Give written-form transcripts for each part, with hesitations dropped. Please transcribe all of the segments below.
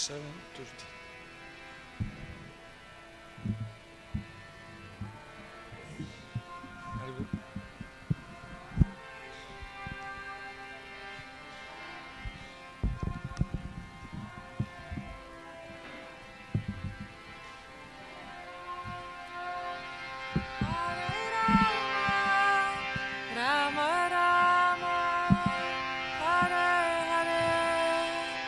7, tutti. Arrivo. Rama Rama, Hare Hare.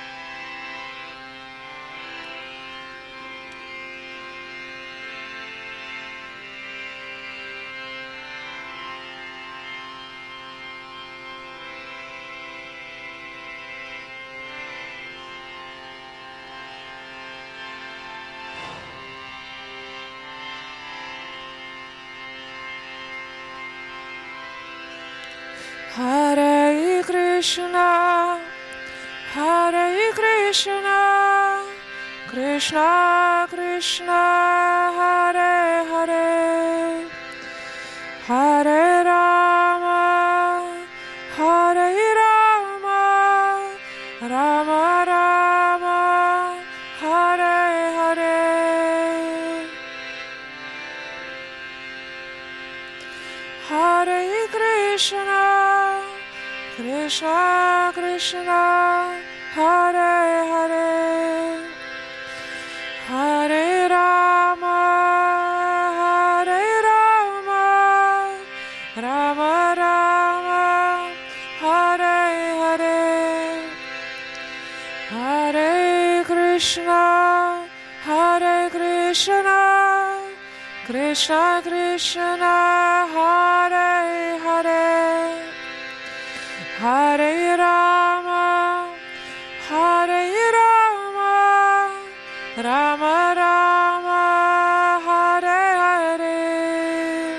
Hare Krishna, Hare Krishna, Krishna Krishna, Hare Hare, Hare Rama, Hare Rama, Rama Rama, Hare Hare, Hare Krishna, Krishna Krishna, Hare Hare, Hare Rama, Hare Rama, Rama Rama, Hare Hare, Hare Krishna, Hare Krishna, Krishna Krishna, Hare Hare, Hare Rama, Hare Rama, Rama Rama, Hare Hare.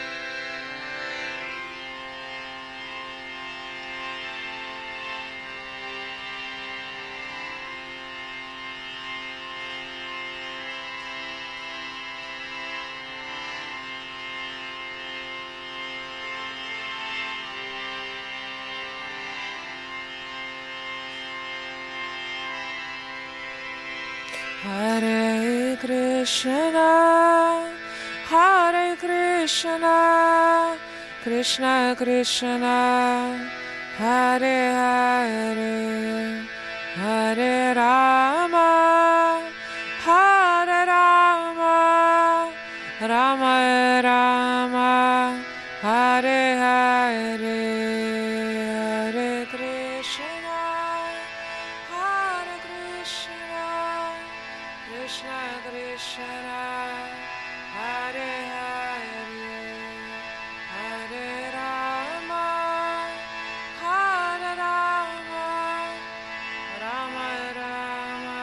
Hare Krishna, Hare Krishna, Krishna Krishna, Hare Hare, Hare Rama, Hare Rama, Rama Rama, Hare Hare, Hare Krishna, Hare Krishna, Krishna Krishna, Hare Hare, Hare Rama, Hare Rama, Rama Rama,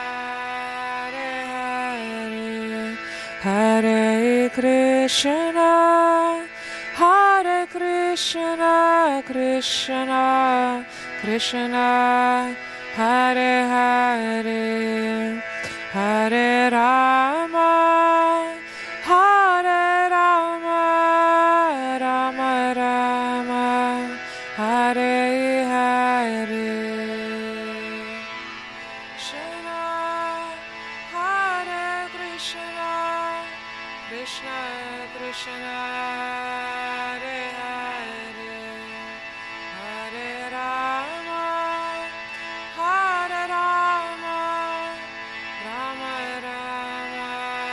Hare Hare, Hare Krishna, Hare Krishna, Krishna Krishna, Hare Hare, Hare Rama, Hare Rama, Rama Rama, Hare Hare. Krishna, Hare Krishna, Krishna Krishna, Hare Hare, Hare Rama, Hare Rama, Rama Rama,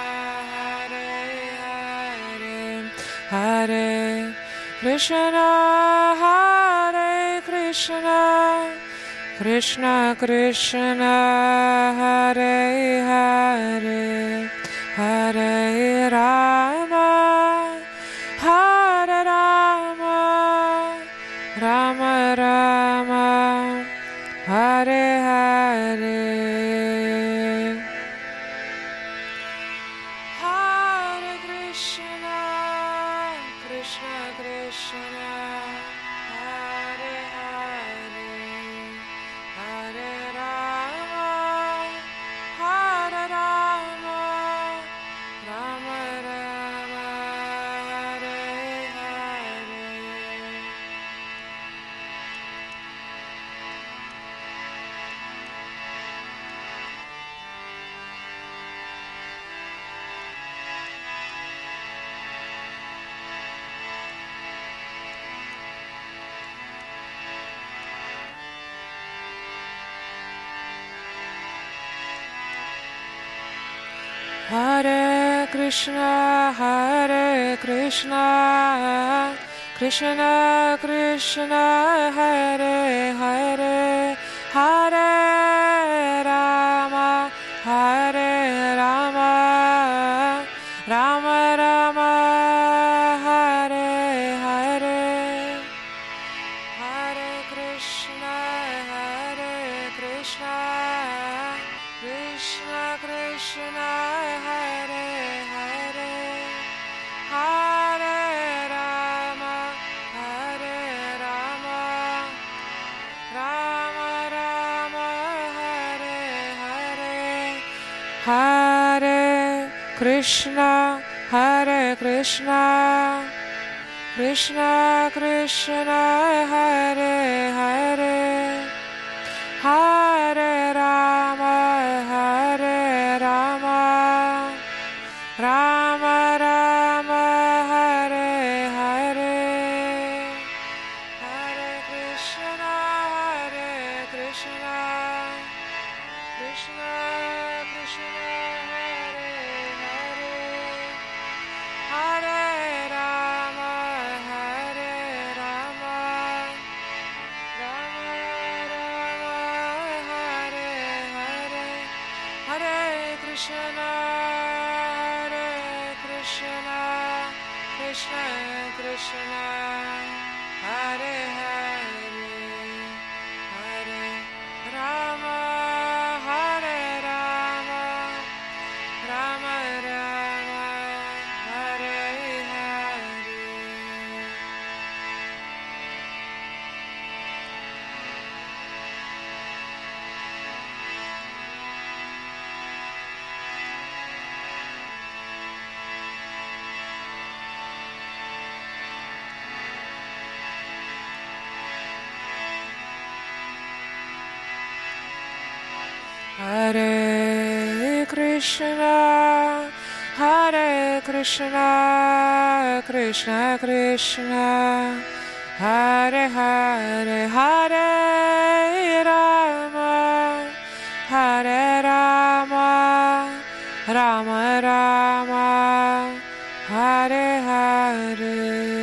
Hare Hare, Hare Krishna, Hare Krishna, Krishna Krishna, Hare Hare, Hare Rama, Hare Rama, Rama Rama, Hare Hare, Hare Krishna, Krishna Krishna, Hare Hare, Hare Rama, Hare Rama, Rama Rama, Hare Hare. Hare Krishna, Krishna Krishna, Hare Hare, Hare Rama, Hare Rama, Rama Rama, Hare Hare, Hare Krishna, Krishna Krishna, Hare Hare, Hare Rama, Hare Rama, Rama Rama, Hare Hare, Hare Krishna, Krishna Krishna, Hare Hare, Hare Rama, Hare Rama, Rama Rama, Hare Hare, Hare Krishna, Krishna Krishna, Hare Hare, Hare Rama, Hare Rama, Rama Rama, Hare Hare, Hare Krishna, Krishna Krishna, Hare Hare, Hare Rama, Hare Rama, Rama Rama, Hare Hare. Hare Krishna, Krishna Krishna, Hare Hare, Hare Rama, Hare Rama, Rama Rama, Hare Hare.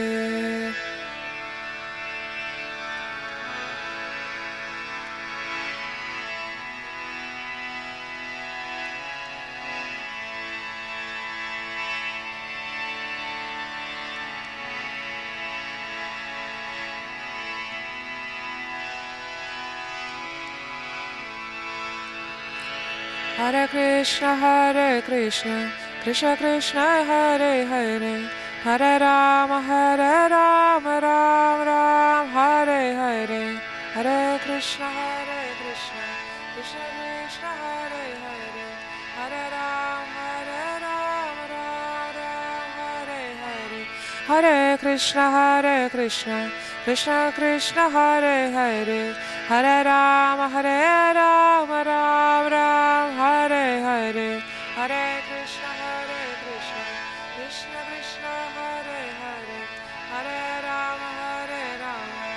Hare Krishna, Krishna Krishna, Hare Hare, Hare Rama, Rama Rama, Hare Hare, Hare Krishna, Krishna Krishna, Hare Hare, Hare Rama, Rama Rama, Hare Hare, Hare Krishna, Krishna Krishna, Hare Hare, Hare Rama, Rama Rama, Hare Hare, Hare Krishna, Krishna Krishna, Hare Hare, Hare Rama, Rama,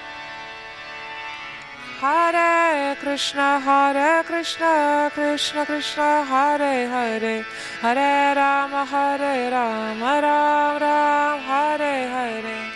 Hare Krishna, Krishna Krishna, Hare Hare, Hare Rama, Rama Rama, Hare Hare.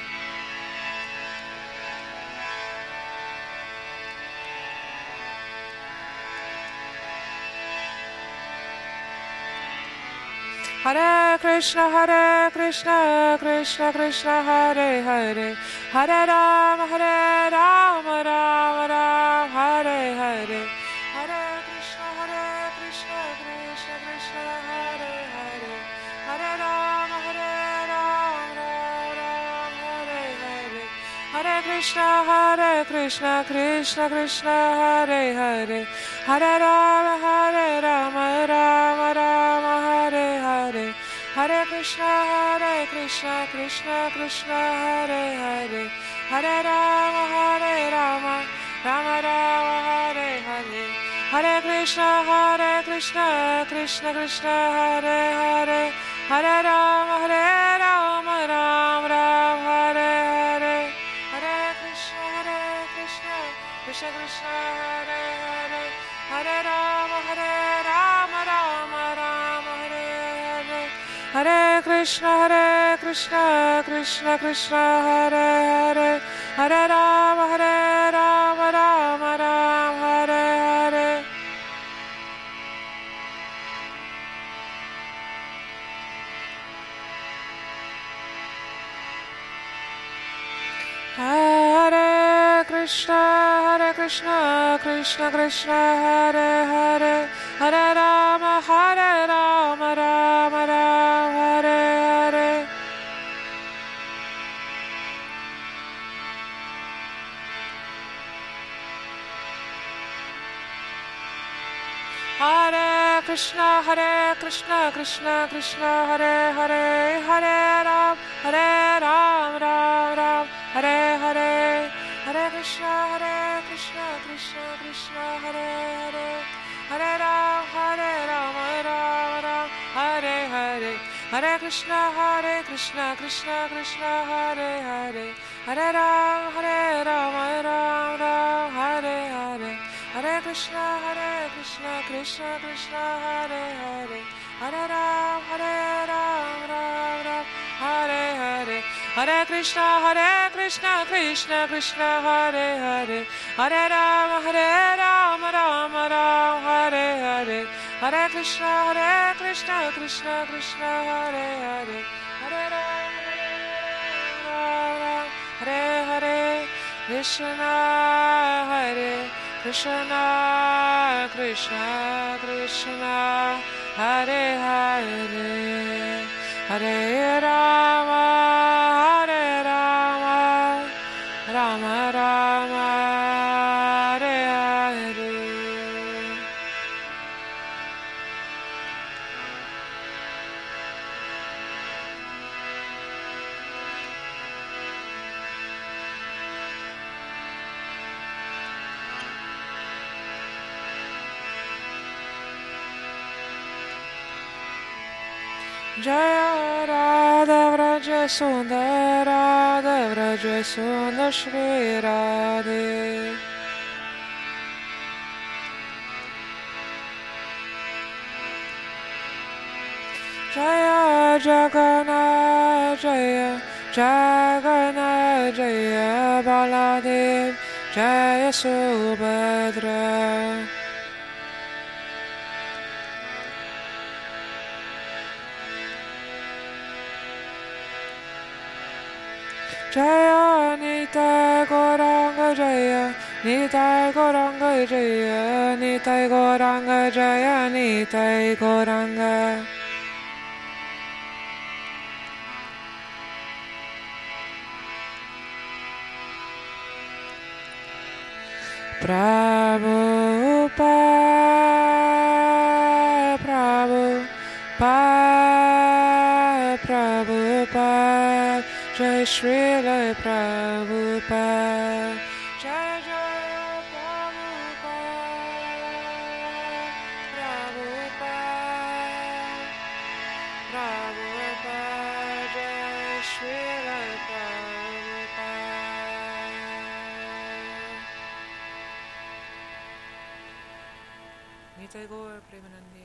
Hare Krishna, Krishna Krishna, Hare Hare, Hare Rama, Rama Rama, Hare Hare, Hare Krishna, Krishna Krishna, Hare Hare, Hare Rama, Rama Rama, Hare Hare, Hare Krishna, Krishna Krishna, Hare Hare, Hare Rama, Rama Rama, Hare Hare, Hare Krishna, Krishna Krishna, Hare Hare, Hare Rama, Rama Rama, Hare Hare, Hare Krishna, Krishna Krishna, Hare Hare, Hare Rama, Rama Rama, Hare Hare, Hare Krishna, Krishna Krishna, Hare Hare, Hare Rama, Rama Rama, Hare Krishna, Krishna Krishna, Hare Hare, Hare Rama, Rama Rama, Hare Hare. Hare Krishna, Krishna Krishna, Hare Hare, Hare Rama, Rama Rama, Hare Hare. Hare Krishna, Krishna Krishna, Hare Hare, Hare Ram, Ram Ram, Hare Hare, Hare Krishna, Krishna Krishna, Hare Hare, Hare Ram, Ram Ram, Hare Hare, Hare Krishna, Krishna Krishna, Hare Hare, Hare Ram, Ram Ram, Hare Hare, Hare Krishna, Krishna Krishna, Hare Hare, Hare Ram, Ram, Hare Hare, Hare Krishna, Krishna Krishna, Hare Hare, Hare Ram, Ram, Hare Hare, Hare Krishna, Krishna Krishna, Hare Hare, Hare Ram, Ram, Hare Hare, Krishna, Hare Krishna, Krishna Krishna, Hare Hare, Hare Rama, Rama Rama, Hare Hare. Jaya Radha Vraja Sundar Radha Vraja Sundar Shri Radhe. Jaya Jagana Jaya Jagana Jaya Baladev Jaya Subhadra. Jaya Nitai Gauranga Jaya, Nitai Gauranga Jaya, Nitai Gauranga Jaya, Nitai Gauranga. Prabhupada, Prabhupada, Prabhupada. Jai Srila Prabhupada, Jai Jai Prabhupada, Prabhupada, Prabhupada, Jai Srila Prabhupada. Nitai Gaur Premanande.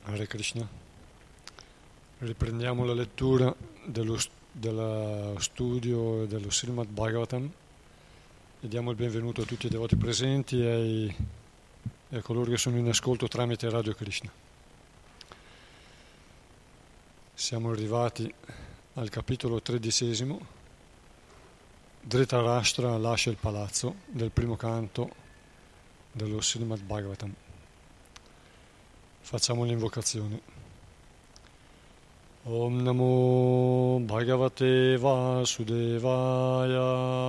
Hare Krishna. Riprendiamo la lettura dello studio dello Srimad Bhagavatam e diamo il benvenuto a tutti i devoti presenti e a coloro che sono in ascolto tramite Radio Krishna. Siamo arrivati al capitolo 13, Dhritarashtra lascia il palazzo, del primo canto dello Srimad Bhagavatam. Facciamo l'invocazione. Om Namo Bhagavate Vasudevaya.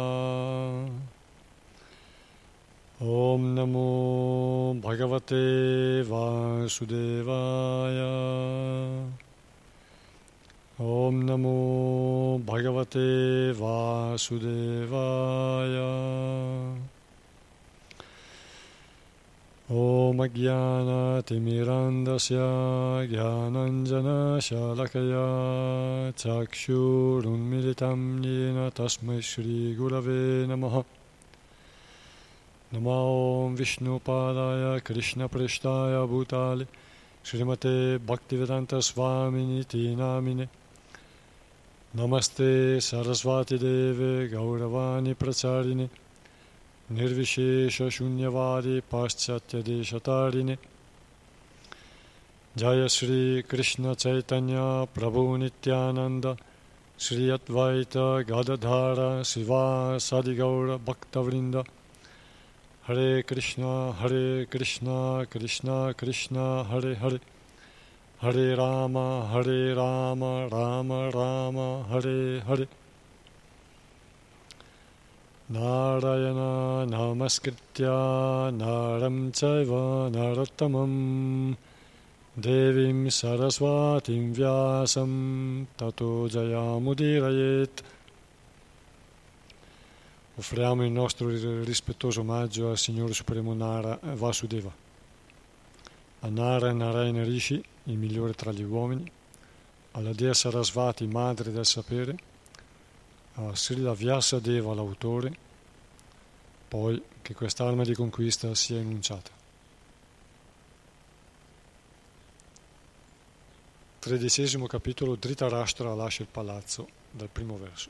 Om Namo Bhagavate Vasudevaya. Om Namo Bhagavate Vasudevaya. Om Ajnana Timirandasya Jnananjana Shalakaya Chakshurunmilitam Yena Tasmai Shri Gurave Namaha. Namo Om Vishnupadaya Krishna Preshtaya Bhutale Srimate Bhaktivedanta Swamini Namine. Namaste Sarasvati Deve Gauravani Pracharine Nirvishesha Shunyavadi Paschatya Deshatarine. Jaya Shri Krishna Chaitanya Prabhu Nityananda Shri Advaita Gadadhara Siva Sadi Gaura Bhaktavrinda. Hare Krishna Krishna Krishna Hare Hare Hare Rama Rama Rama Hare Hare. Narayana Namaskritya Naram Chaiva Narottamam Devim Saraswatim Vyasam Tato Jayamudirayet. Offriamo il nostro rispettoso omaggio al Signore Supremo Nara Vasudeva, a Nara Narayana Rishi, il migliore tra gli uomini, alla Dea Sarasvati, madre del sapere, a Srila Vyasadeva, l'autore, poi che quest'arma di conquista sia enunciata. 13° capitolo, Dhritarashtra lascia il palazzo, dal primo verso.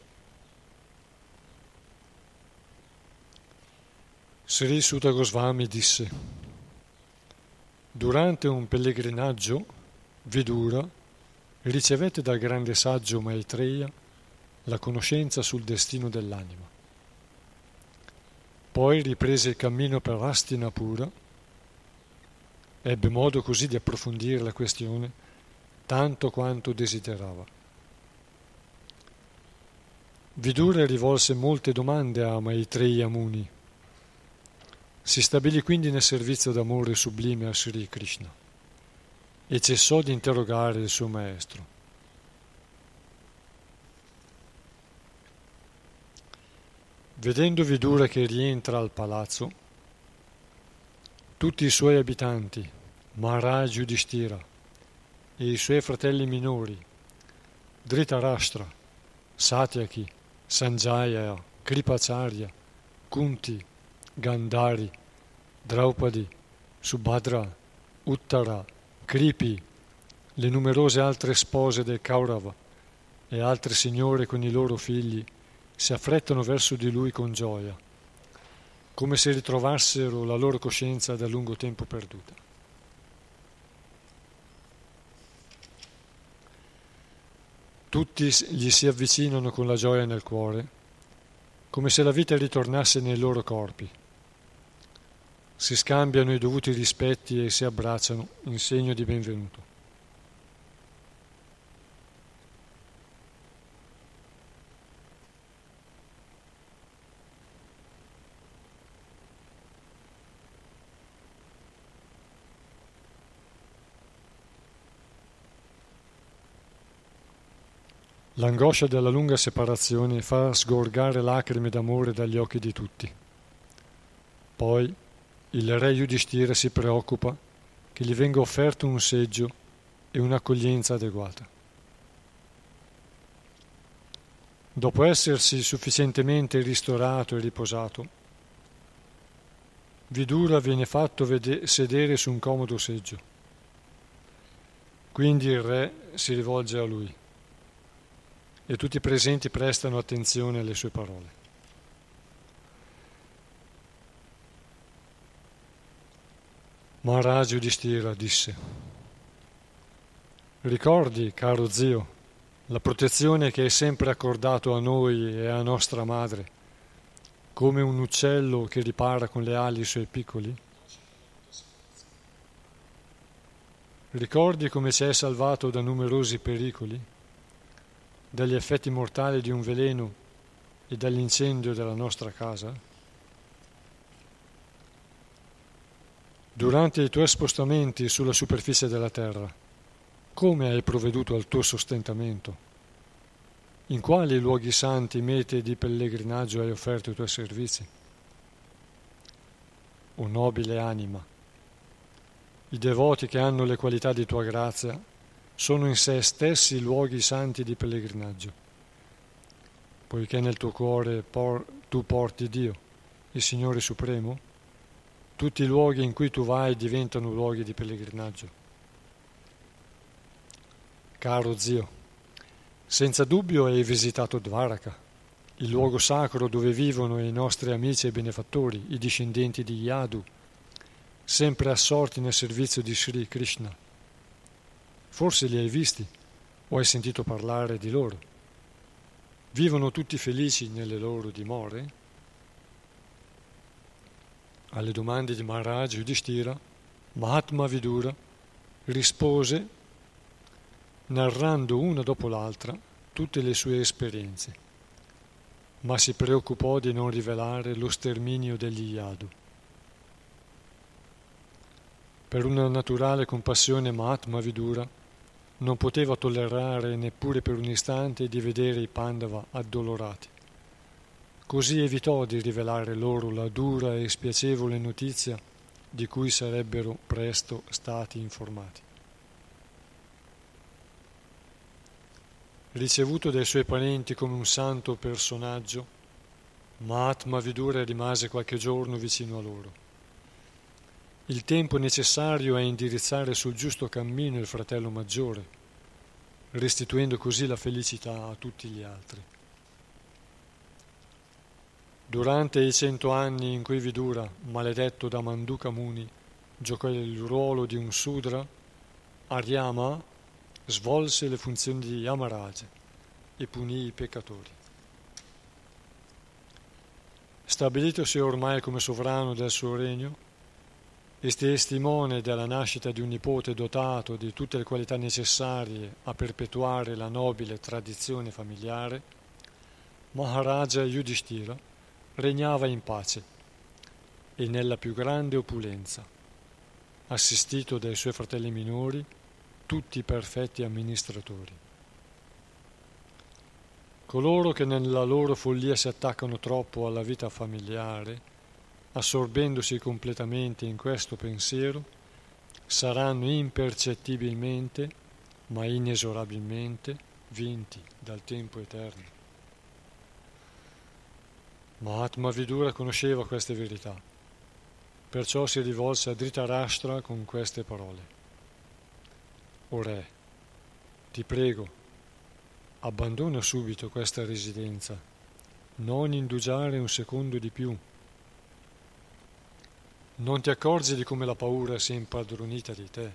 Sri Suta Goswami disse: durante un pellegrinaggio, Vidura ricevette dal grande saggio Maitreya la conoscenza sul destino dell'anima. Poi riprese il cammino per Hastinapura, ebbe modo così di approfondire la questione tanto quanto desiderava. Vidura rivolse molte domande a Maitreya Muni. Si stabilì quindi nel servizio d'amore sublime a Sri Krishna e cessò di interrogare il suo maestro. Vedendo Vidura che rientra al palazzo, tutti i suoi abitanti, Maharaj Yudhishthira e i suoi fratelli minori, Dhritarashtra, Satyaki, Sanjaya, Kripacharya, Kunti, Gandhari, Draupadi, Subhadra, Uttara, Kripi, le numerose altre spose del Kaurava e altre signore con i loro figli si affrettano verso di lui con gioia, come se ritrovassero la loro coscienza da lungo tempo perduta. Tutti gli si avvicinano con la gioia nel cuore, come se la vita ritornasse nei loro corpi. Si scambiano i dovuti rispetti e si abbracciano in segno di benvenuto. L'angoscia della lunga separazione fa sgorgare lacrime d'amore dagli occhi di tutti. Poi il re Yudhishthira si preoccupa che gli venga offerto un seggio e un'accoglienza adeguata. Dopo essersi sufficientemente ristorato e riposato, Vidura viene fatto sedere su un comodo seggio. Quindi il re si rivolge a lui e tutti i presenti prestano attenzione alle sue parole. Maharaj Yudhishthira disse: ricordi, caro zio, la protezione che hai sempre accordato a noi e a nostra madre, come un uccello che ripara con le ali i suoi piccoli? Ricordi come ci hai salvato da numerosi pericoli, dagli effetti mortali di un veleno e dall'incendio della nostra casa? Durante i tuoi spostamenti sulla superficie della terra, come hai provveduto al tuo sostentamento? In quali luoghi santi, mete di pellegrinaggio hai offerto i tuoi servizi? O nobile anima, i devoti che hanno le qualità di tua grazia sono in sé stessi luoghi santi di pellegrinaggio, poiché nel tuo cuore tu porti Dio, il Signore Supremo. Tutti i luoghi in cui tu vai diventano luoghi di pellegrinaggio. Caro zio, senza dubbio hai visitato Dvaraka, il luogo sacro dove vivono i nostri amici e benefattori, i discendenti di Yadu, sempre assorti nel servizio di Sri Krishna. Forse li hai visti o hai sentito parlare di loro. Vivono tutti felici nelle loro dimore? Alle domande di Maharaj Yudhishthira, Mahatma Vidura rispose narrando una dopo l'altra tutte le sue esperienze, ma si preoccupò di non rivelare lo sterminio degli Yadu. Per una naturale compassione Mahatma Vidura non poteva tollerare neppure per un istante di vedere i Pandava addolorati. Così evitò di rivelare loro la dura e spiacevole notizia di cui sarebbero presto stati informati. Ricevuto dai suoi parenti come un santo personaggio, Mahatma Vidura rimase qualche giorno vicino a loro. Il tempo necessario a indirizzare sul giusto cammino il fratello maggiore, restituendo così la felicità a tutti gli altri. Durante i 100 anni in cui Vidura, maledetto da Manduka Muni, giocò il ruolo di un Sudra, Aryama svolse le funzioni di Yamaraja e punì i peccatori. Stabilitosi ormai come sovrano del suo regno e testimone della nascita di un nipote dotato di tutte le qualità necessarie a perpetuare la nobile tradizione familiare, Maharaja Yudhishthira regnava in pace e nella più grande opulenza, assistito dai suoi fratelli minori, tutti perfetti amministratori. Coloro che nella loro follia si attaccano troppo alla vita familiare, assorbendosi completamente in questo pensiero, saranno impercettibilmente, ma inesorabilmente, vinti dal tempo eterno. Mahatma Vidura conosceva queste verità, perciò si rivolse a Dhritarashtra con queste parole: O re, ti prego, abbandona subito questa residenza, non indugiare un secondo di più. Non ti accorgi di come la paura si è impadronita di te?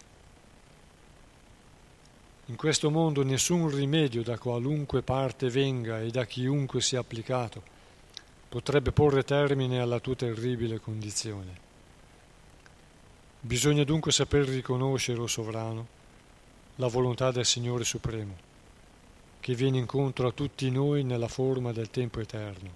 In questo mondo nessun rimedio da qualunque parte venga e da chiunque sia applicato potrebbe porre termine alla tua terribile condizione. Bisogna dunque saper riconoscere, o sovrano, la volontà del Signore Supremo, che viene incontro a tutti noi nella forma del tempo eterno.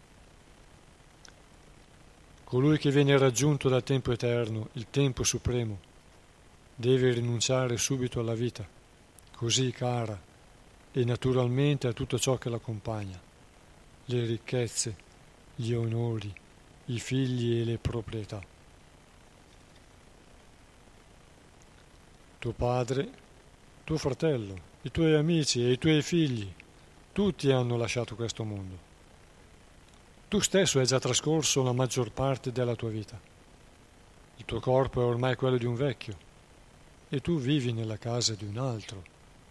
Colui che viene raggiunto dal tempo eterno, il tempo supremo, deve rinunciare subito alla vita, così cara, e naturalmente a tutto ciò che l'accompagna, le ricchezze, gli onori, i figli e le proprietà. Tuo padre, tuo fratello, i tuoi amici e i tuoi figli, tutti hanno lasciato questo mondo. Tu stesso hai già trascorso la maggior parte della tua vita. Il tuo corpo è ormai quello di un vecchio. e tu vivi nella casa di un altro.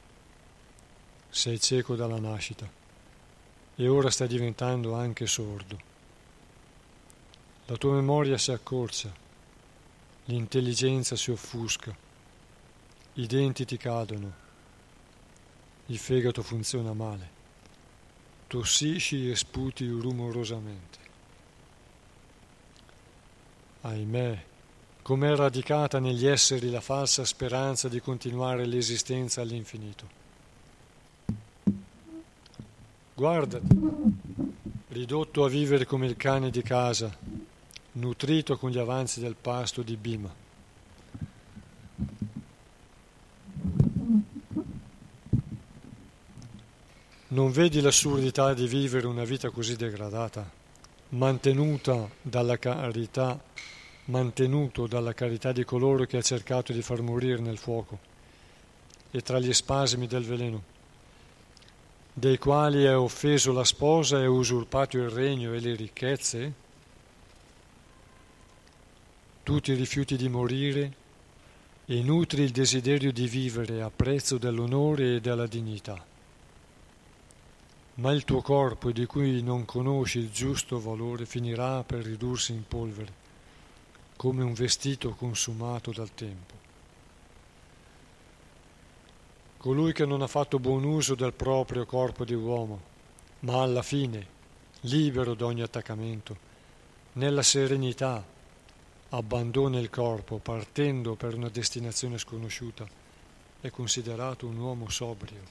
Sei cieco dalla nascita e ora stai diventando anche sordo. La tua memoria si accorcia, l'intelligenza si offusca, i denti ti cadono, il fegato funziona male, tossisci e sputi rumorosamente. Ahimè, com'è radicata negli esseri la falsa speranza di continuare l'esistenza all'infinito. Guardati, ridotto a vivere come il cane di casa, nutrito con gli avanzi del pasto di Bhima. Non vedi l'assurdità di vivere una vita così degradata, mantenuto dalla carità di coloro che ha cercato di far morire nel fuoco e tra gli spasimi del veleno, dei quali è offeso la sposa e usurpato il regno e le ricchezze? Tu ti rifiuti di morire e nutri il desiderio di vivere a prezzo dell'onore e della dignità. Ma il tuo corpo, di cui non conosci il giusto valore, finirà per ridursi in polvere, come un vestito consumato dal tempo. Colui che non ha fatto buon uso del proprio corpo di uomo, ma alla fine, libero da ogni attaccamento, nella serenità, abbandona il corpo partendo per una destinazione sconosciuta, è considerato un uomo sobrio.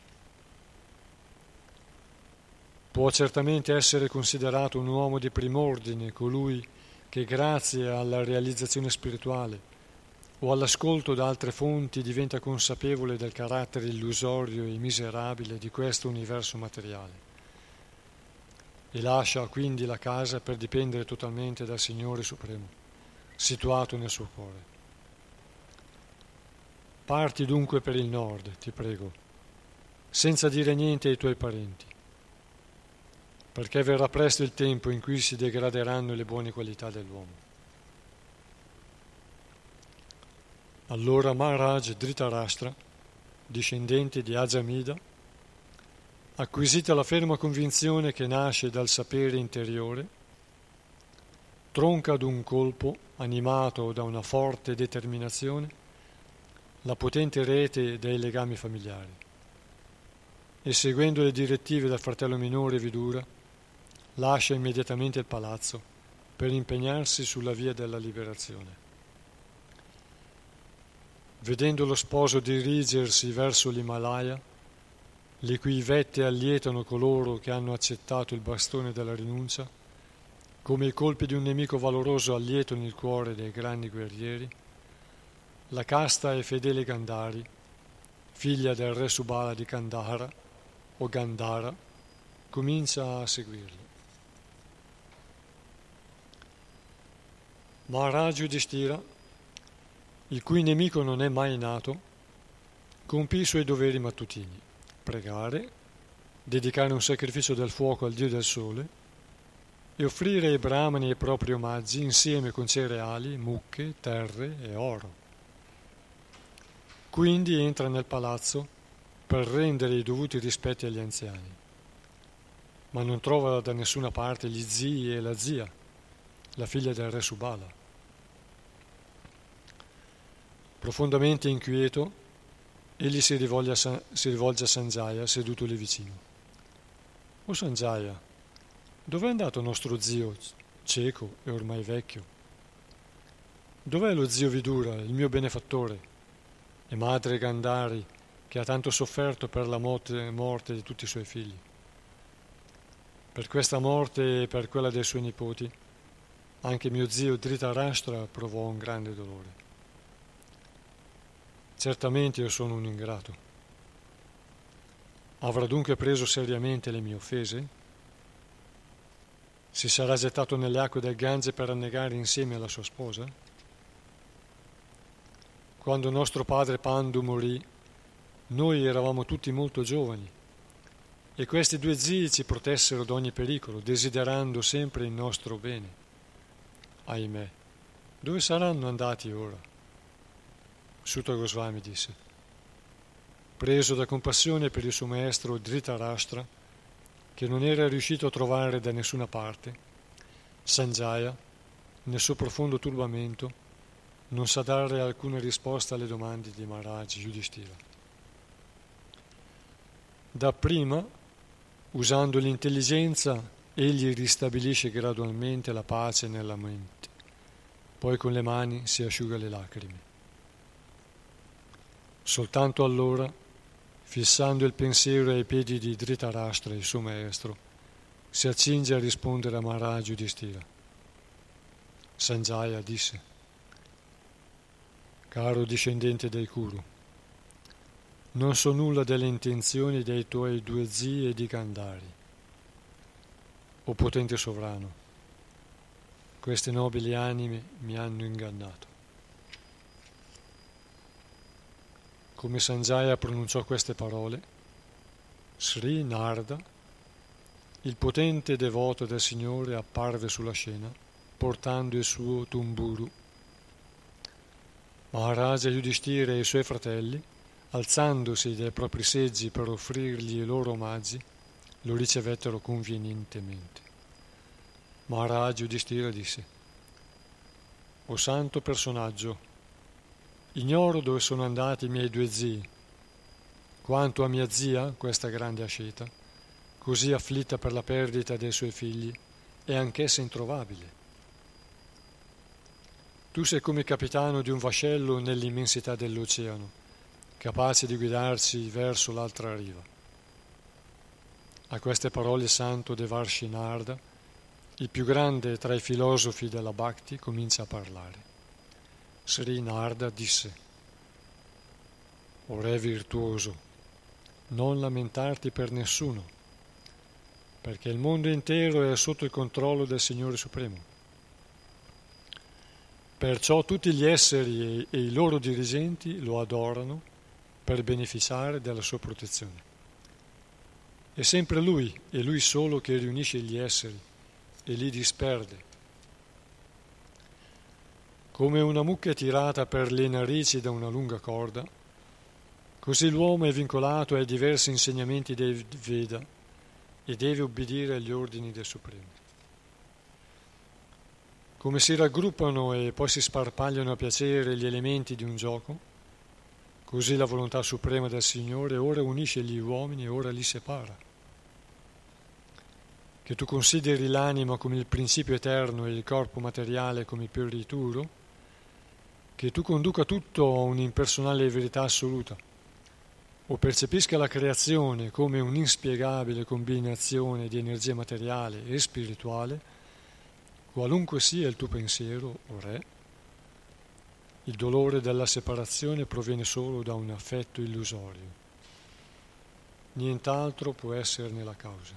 Può certamente essere considerato un uomo di prim'ordine colui che grazie alla realizzazione spirituale o all'ascolto da altre fonti diventa consapevole del carattere illusorio e miserabile di questo universo materiale e lascia quindi la casa per dipendere totalmente dal Signore Supremo, situato nel suo cuore. Parti dunque per il nord, ti prego, senza dire niente ai tuoi parenti, perché verrà presto il tempo in cui si degraderanno le buone qualità dell'uomo. Allora Maharaj Dhritarashtra, discendente di Ajamida, acquisita la ferma convinzione che nasce dal sapere interiore, tronca ad un colpo, animato da una forte determinazione, la potente rete dei legami familiari e, seguendo le direttive del fratello minore Vidura, lascia immediatamente il palazzo per impegnarsi sulla via della liberazione. Vedendo lo sposo dirigersi verso l'Himalaya, le cui vette allietano coloro che hanno accettato il bastone della rinuncia, come i colpi di un nemico valoroso allietano il cuore dei grandi guerrieri, la casta e fedele Gandhari, figlia del re Subala di Kandahara o Gandhara, comincia a seguirlo. Maharaj Yudhishthira, il cui nemico non è mai nato, compì i suoi doveri mattutini: pregare, dedicare un sacrificio del fuoco al dio del sole e offrire ai brahmani i propri omaggi insieme con cereali, mucche, terre e oro. Quindi entra nel palazzo per rendere i dovuti rispetti agli anziani, ma non trova da nessuna parte gli zii e la zia, la figlia del re Subala. Profondamente inquieto, egli si rivolge a Sanjaya, seduto lì vicino. «O Sanjaya, dov'è andato nostro zio, cieco e ormai vecchio? Dov'è lo zio Vidura, il mio benefattore, e madre Gandhari, che ha tanto sofferto per la morte di tutti i suoi figli? Per questa morte e per quella dei suoi nipoti, anche mio zio Dhritarashtra provò un grande dolore. Certamente io sono un ingrato. Avrà dunque preso seriamente le mie offese? Si sarà gettato nelle acque del Gange per annegare insieme alla sua sposa? Quando nostro padre Pandu morì, noi eravamo tutti molto giovani e questi due zii ci protessero da ogni pericolo, desiderando sempre il nostro bene. Ahimè, dove saranno andati ora? Sutta Goswami disse: preso da compassione per il suo maestro Dhritarashtra, che non era riuscito a trovare da nessuna parte, Sanjaya, nel suo profondo turbamento, non sa dare alcuna risposta alle domande di Maharaj Yudhishthira. Dapprima, usando l'intelligenza, egli ristabilisce gradualmente la pace nella mente, poi con le mani si asciuga le lacrime. Soltanto allora, fissando il pensiero ai piedi di Dhritarashtra, il suo maestro, si accinge a rispondere a Maharaj Yudhishthira. Sanjaya disse: caro discendente dei Kuru, non so nulla delle intenzioni dei tuoi 2 zii e di Gandhari. O potente sovrano, queste nobili anime mi hanno ingannato. Come Sanjaya pronunciò queste parole, Sri Narda, il potente devoto del Signore, apparve sulla scena portando il suo tumburu. Maharaja Yudhishthira e i suoi fratelli, alzandosi dai propri seggi per offrirgli i loro omaggi, lo ricevettero convenientemente. Maharaja Yudhishthira disse: o santo personaggio, ignoro dove sono andati i miei 2 zii. Quanto a mia zia, questa grande asceta, così afflitta per la perdita dei suoi figli, è anch'essa introvabile. Tu sei come capitano di un vascello nell'immensità dell'oceano, capace di guidarci verso l'altra riva. A queste parole il santo Devarshinarda, il più grande tra i filosofi della Bhakti, comincia a parlare. Sri Narda disse: o re virtuoso, non lamentarti per nessuno, perché il mondo intero è sotto il controllo del Signore Supremo. Perciò tutti gli esseri e i loro dirigenti lo adorano per beneficiare della sua protezione. È sempre Lui e Lui solo che riunisce gli esseri e li disperde. Come una mucca è tirata per le narici da una lunga corda, così l'uomo è vincolato ai diversi insegnamenti dei Veda e deve obbedire agli ordini del Supremo. Come si raggruppano e poi si sparpagliano a piacere gli elementi di un gioco, così la volontà suprema del Signore ora unisce gli uomini e ora li separa. Che tu consideri l'anima come il principio eterno e il corpo materiale come il priorituro, che tu conduca tutto a un'impersonale verità assoluta, o percepisca la creazione come un'inspiegabile combinazione di energia materiale e spirituale, qualunque sia il tuo pensiero, o re, il dolore della separazione proviene solo da un affetto illusorio. Nient'altro può esserne la causa.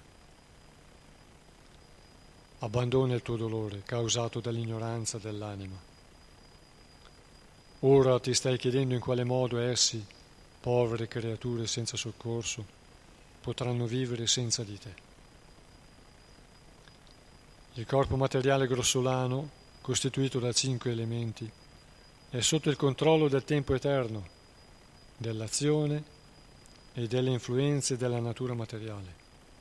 Abbandona il tuo dolore causato dall'ignoranza dell'anima. Ora ti stai chiedendo in quale modo essi, povere creature senza soccorso, potranno vivere senza di te. Il corpo materiale grossolano, costituito da 5 elementi, è sotto il controllo del tempo eterno, dell'azione e delle influenze della natura materiale.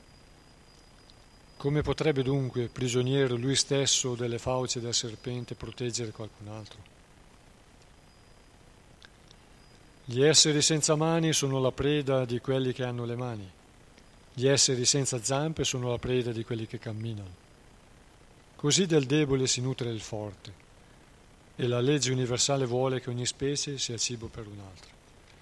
Come potrebbe dunque, prigioniero lui stesso delle fauci del serpente, proteggere qualcun altro? Gli esseri senza mani sono la preda di quelli che hanno le mani. Gli esseri senza zampe sono la preda di quelli che camminano. Così del debole si nutre il forte, e la legge universale vuole che ogni specie sia cibo per un'altra.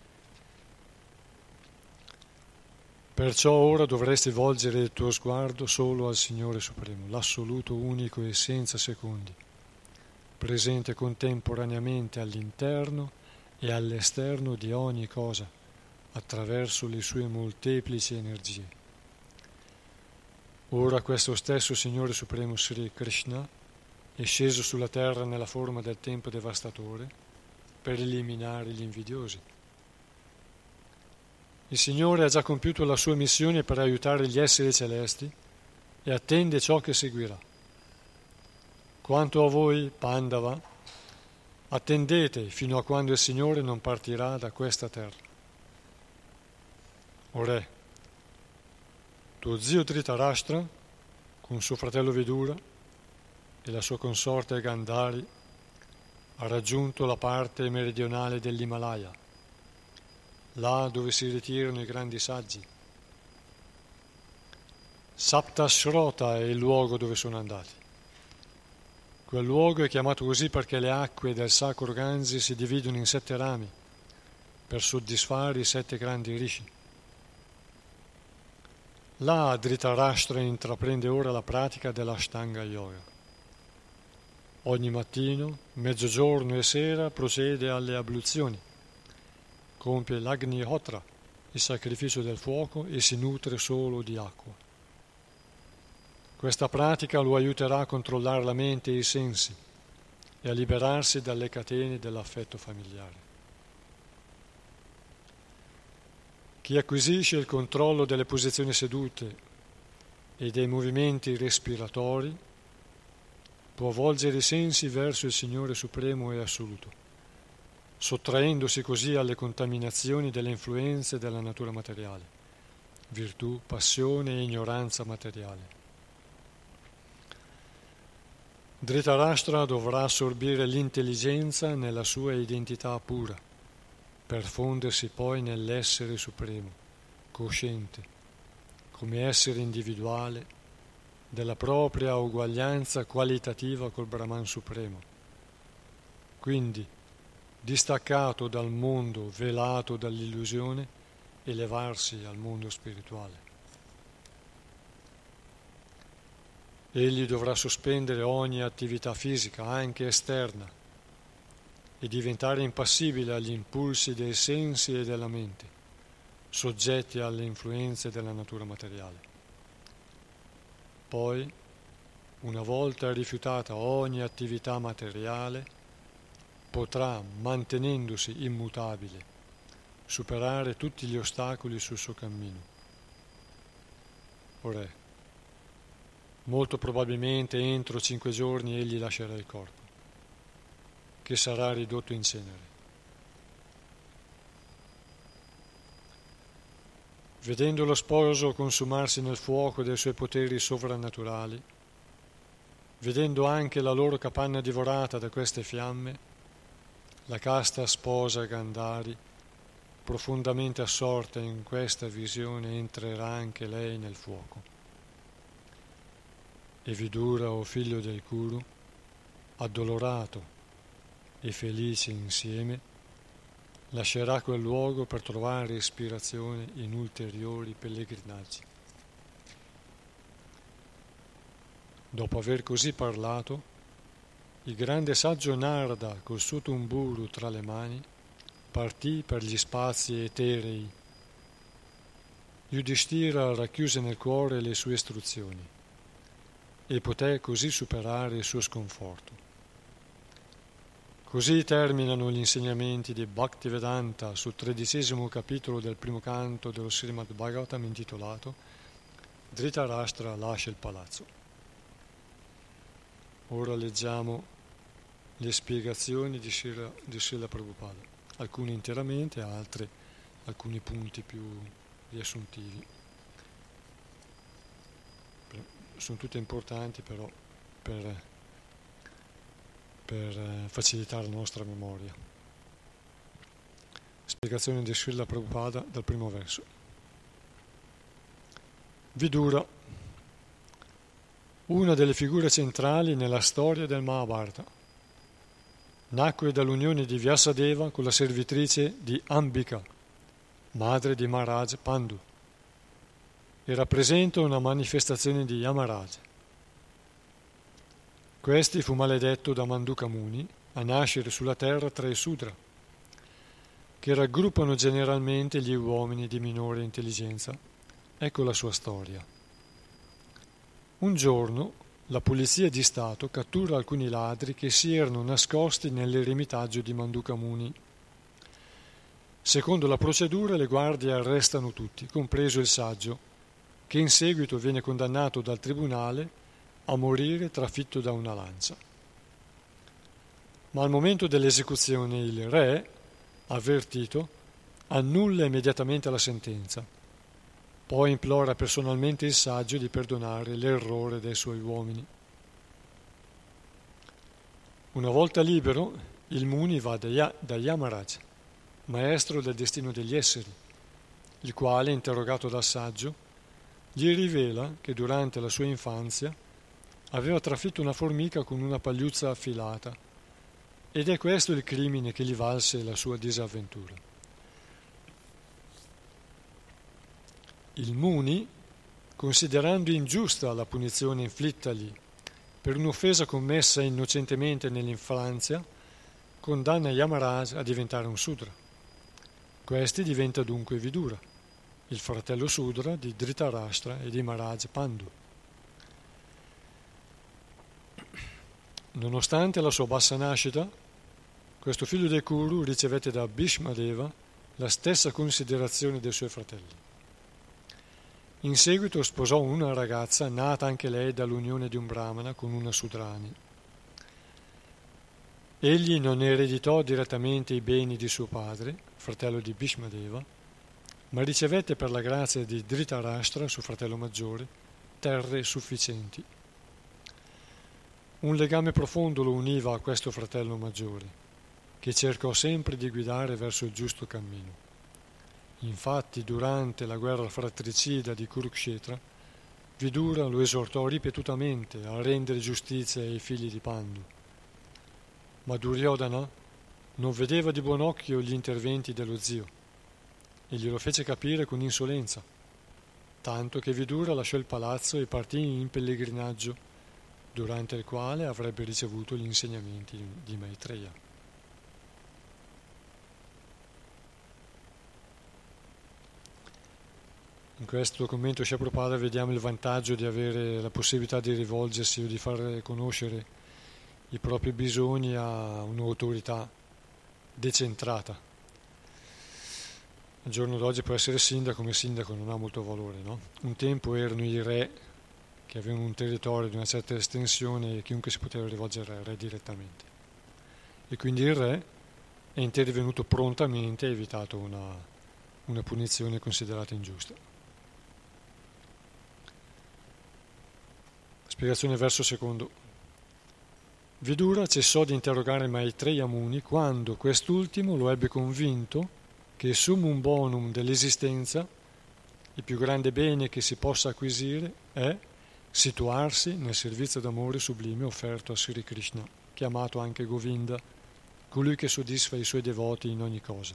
Perciò ora dovresti volgere il tuo sguardo solo al Signore Supremo, l'assoluto unico e senza secondi, presente contemporaneamente all'interno e all'esterno di ogni cosa, attraverso le sue molteplici energie. Ora questo stesso Signore Supremo Sri Krishna è sceso sulla terra nella forma del tempo devastatore per eliminare gli invidiosi. Il Signore ha già compiuto la sua missione per aiutare gli esseri celesti e attende ciò che seguirà. Quanto a voi, Pandava, attendete fino a quando il Signore non partirà da questa terra. O re, tuo zio Dhritarashtra, con suo fratello Vidura e la sua consorte Gandhari, ha raggiunto la parte meridionale dell'Himalaya, là dove si ritirano i grandi saggi. Saptashrota è il luogo dove sono andati. Quel luogo è chiamato così perché le acque del sacro Gansi si dividono in 7 rami per soddisfare i 7 grandi rishi. Là Dhritarashtra intraprende ora la pratica dell'Ashtanga Yoga. Ogni mattino, mezzogiorno e sera procede alle abluzioni, compie l'Agnihotra, il sacrificio del fuoco, e si nutre solo di acqua. Questa pratica lo aiuterà a controllare la mente e i sensi e a liberarsi dalle catene dell'affetto familiare. Chi acquisisce il controllo delle posizioni sedute e dei movimenti respiratori può volgere i sensi verso il Signore Supremo e Assoluto, sottraendosi così alle contaminazioni delle influenze della natura materiale, virtù, passione e ignoranza materiale. Dhritarashtra dovrà assorbire l'intelligenza nella sua identità pura, per fondersi poi nell'essere supremo, cosciente, come essere individuale, della propria uguaglianza qualitativa col Brahman supremo. Quindi, distaccato dal mondo velato dall'illusione, elevarsi al mondo spirituale. Egli dovrà sospendere ogni attività fisica, anche esterna, e diventare impassibile agli impulsi dei sensi e della mente, soggetti alle influenze della natura materiale. Poi, una volta rifiutata ogni attività materiale, potrà, mantenendosi immutabile, superare tutti gli ostacoli sul suo cammino. O re, molto probabilmente entro 5 giorni egli lascerà il corpo, che sarà ridotto in cenere. Vedendo lo sposo consumarsi nel fuoco dei suoi poteri sovrannaturali, vedendo anche la loro capanna divorata da queste fiamme, la casta sposa Gandhari, profondamente assorta in questa visione, entrerà anche lei nel fuoco. E Vidura, o figlio del Kuru, addolorato e felice insieme, lascerà quel luogo per trovare ispirazione in ulteriori pellegrinaggi. Dopo aver così parlato, il grande saggio Narada, col suo tumburu tra le mani, partì per gli spazi eterei. Yudhishthira racchiuse nel cuore le sue istruzioni e poté così superare il suo sconforto. Così terminano gli insegnamenti di Bhaktivedanta sul 13° capitolo del primo canto dello Srimad Bhagavatam intitolato Dhritarashtra lascia il palazzo. Ora leggiamo le spiegazioni di Srila Prabhupada, alcune interamente, alcuni punti più riassuntivi. Sono tutte importanti però per facilitare la nostra memoria. Spiegazione di Srila Prabhupada dal primo verso. Vidura, una delle figure centrali nella storia del Mahabharata, nacque dall'unione di Vyasadeva con la servitrice di Ambika, madre di Maharaj Pandu, e rappresenta una manifestazione di Yamaraj. Questi fu maledetto da Manduka Muni a nascere sulla terra tra i Sudra, che raggruppano generalmente gli uomini di minore intelligenza. Ecco la sua storia. Un giorno la polizia di Stato cattura alcuni ladri che si erano nascosti nell'eremitaggio di Manduka Muni. Secondo la procedura le guardie arrestano tutti, compreso il saggio, che in seguito viene condannato dal tribunale a morire trafitto da una lancia. ma al momento dell'esecuzione il re, avvertito, annulla immediatamente la sentenza. Poi implora personalmente il saggio di perdonare l'errore dei suoi uomini. Una volta libero, il Muni va da Yamaraj, maestro del destino degli esseri, il quale, interrogato dal saggio, gli rivela che durante la sua infanzia aveva trafitto una formica con una pagliuzza affilata, ed è questo il crimine che gli valse la sua disavventura. Il Muni, considerando ingiusta la punizione inflittagli per un'offesa commessa innocentemente nell'infanzia, condanna Yamaraj a diventare un Sudra. Questi diventa dunque Vidura, il fratello Sudra di Dhritarashtra e di Maharaj Pandu. Nonostante la sua bassa nascita, questo figlio del Kuru ricevette da Bhishmadeva la stessa considerazione dei suoi fratelli. In seguito sposò una ragazza nata anche lei dall'unione di un brahmana con una Sudrani. Egli non ereditò direttamente i beni di suo padre, fratello di Bhishmadeva, ma ricevette per la grazia di Dhritarashtra, suo fratello maggiore, terre sufficienti. Un legame profondo lo univa a questo fratello maggiore, che cercò sempre di guidare verso il giusto cammino. Infatti, durante la guerra fratricida di Kurukshetra, Vidura lo esortò ripetutamente a rendere giustizia ai figli di Pandu. Ma Duryodhana non vedeva di buon occhio gli interventi dello zio e glielo fece capire con insolenza, tanto che Vidura lasciò il palazzo e partì in pellegrinaggio, durante il quale avrebbe ricevuto gli insegnamenti di Maitreya. In questo commento Srila Prabhupada vediamo il vantaggio di avere la possibilità di rivolgersi o di far conoscere i propri bisogni a un'autorità decentrata. Al giorno d'oggi per essere sindaco, come sindaco non ha molto valore, no? Un tempo erano i re che avevano un territorio di una certa estensione e chiunque si poteva rivolgere al re direttamente. E quindi il re è intervenuto prontamente e ha evitato una punizione considerata ingiusta. Spiegazione verso secondo. Vidura cessò di interrogare Maitreya Muni quando quest'ultimo lo ebbe convinto che il summum bonum dell'esistenza, il più grande bene che si possa acquisire, è situarsi nel servizio d'amore sublime offerto a Sri Krishna, chiamato anche Govinda, colui che soddisfa i suoi devoti in ogni cosa.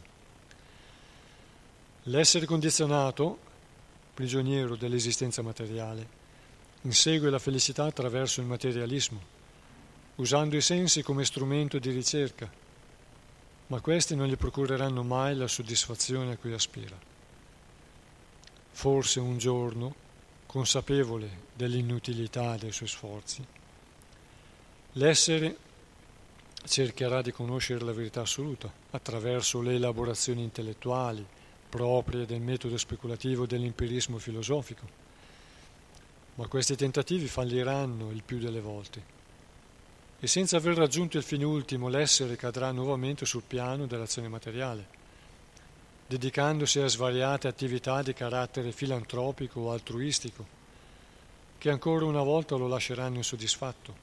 L'essere condizionato, prigioniero dell'esistenza materiale, insegue la felicità attraverso il materialismo, usando i sensi come strumento di ricerca, ma questi non gli procureranno mai la soddisfazione a cui aspira. Forse un giorno, consapevole dell'inutilità dei suoi sforzi, l'essere cercherà di conoscere la verità assoluta attraverso le elaborazioni intellettuali proprie del metodo speculativo dell'empirismo filosofico. Ma questi tentativi falliranno il più delle volte e senza aver raggiunto il fine ultimo l'essere cadrà nuovamente sul piano dell'azione materiale, dedicandosi a svariate attività di carattere filantropico o altruistico, che ancora una volta lo lasceranno insoddisfatto.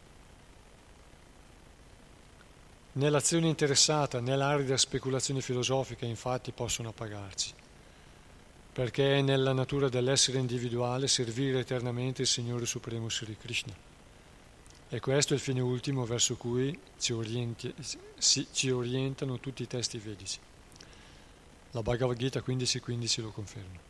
Né l'azione interessata né l'arida speculazione filosofica infatti possono appagarci, perché è nella natura dell'essere individuale servire eternamente il Signore Supremo Sri Krishna. E questo è il fine ultimo verso cui ci orientano tutti i testi vedici. La Bhagavad Gita 15.15 lo conferma.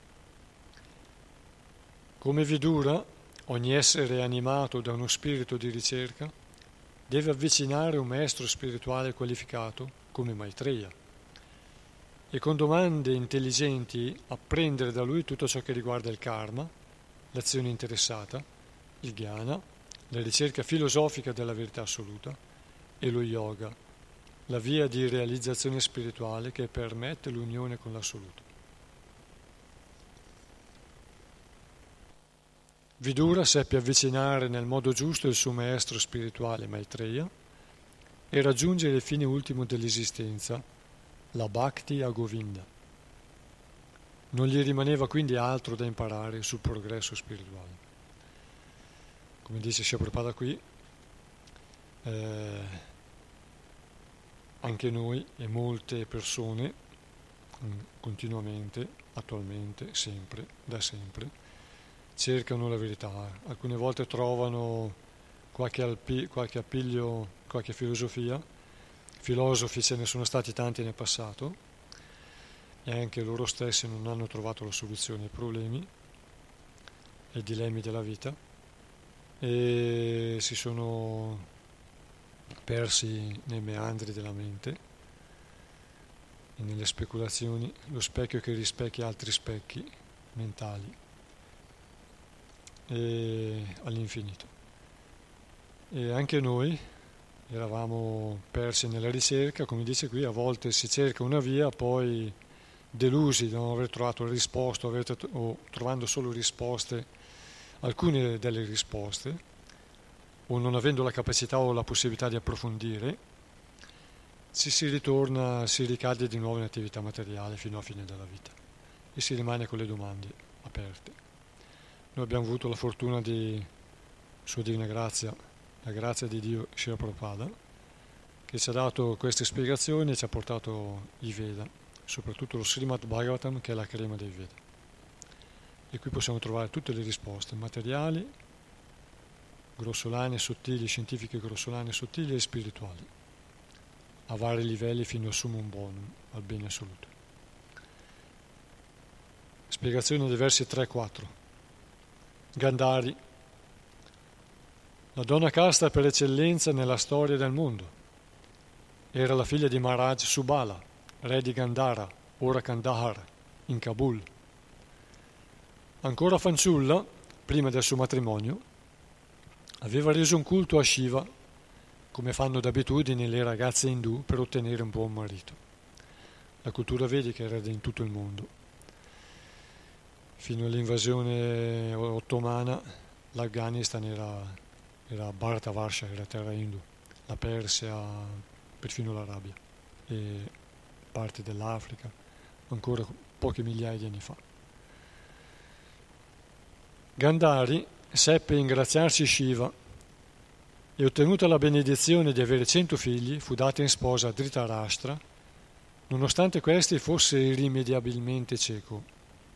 Come Vidura, ogni essere animato da uno spirito di ricerca deve avvicinare un maestro spirituale qualificato come Maitreya e con domande intelligenti apprendere da lui tutto ciò che riguarda il karma, l'azione interessata, il jnana, la ricerca filosofica della verità assoluta e lo yoga, la via di realizzazione spirituale che permette l'unione con l'assoluto. Vidura seppe avvicinare nel modo giusto il suo maestro spirituale Maitreya e raggiungere il fine ultimo dell'esistenza, la Bhakti a Govinda. Non gli rimaneva quindi altro da imparare sul progresso spirituale. Come dice Srila Prabhupada qui, anche noi e molte persone continuamente, attualmente, sempre, da sempre, cercano la verità. Alcune volte trovano qualche appiglio, qualche filosofia. Filosofi ce ne sono stati tanti nel passato e anche loro stessi non hanno trovato la soluzione ai problemi, ai dilemmi della vita, e si sono persi nei meandri della mente e nelle speculazioni, lo specchio che rispecchia altri specchi mentali e all'infinito. E anche noi eravamo persi nella ricerca, come dice qui, a volte si cerca una via, poi delusi di non aver trovato la risposta o trovando solo risposte, alcune delle risposte, o non avendo la capacità o la possibilità di approfondire, si ritorna, si ricade di nuovo in attività materiale fino alla fine della vita e si rimane con le domande aperte. Noi abbiamo avuto la fortuna di Sua Divina Grazia, la grazia di Dio Srila Prabhupada, che ci ha dato queste spiegazioni e ci ha portato i Veda, soprattutto lo Srimad Bhagavatam, che è la crema dei Veda. E qui possiamo trovare tutte le risposte materiali, grossolane, sottili, scientifiche grossolane, sottili e spirituali, a vari livelli fino al summum bonum, al bene assoluto. Spiegazione dei versi 3 e 4. Gandhari, la donna casta per eccellenza nella storia del mondo. Era la figlia di Maharaj Subala, re di Gandhara, ora Kandahar, in Kabul. Ancora fanciulla, prima del suo matrimonio, aveva reso un culto a Shiva, come fanno d'abitudine le ragazze indù per ottenere un buon marito. La cultura vedica era in tutto il mondo. Fino all'invasione ottomana, l'Afghanistan era Bharatavarsha, era terra indù, la Persia, perfino l'Arabia e parte dell'Africa, ancora poche migliaia di anni fa. Gandhari seppe ingraziarsi Shiva e, ottenuta la benedizione di avere 100 figli, fu data in sposa a Dhritarashtra, nonostante questi fosse irrimediabilmente cieco.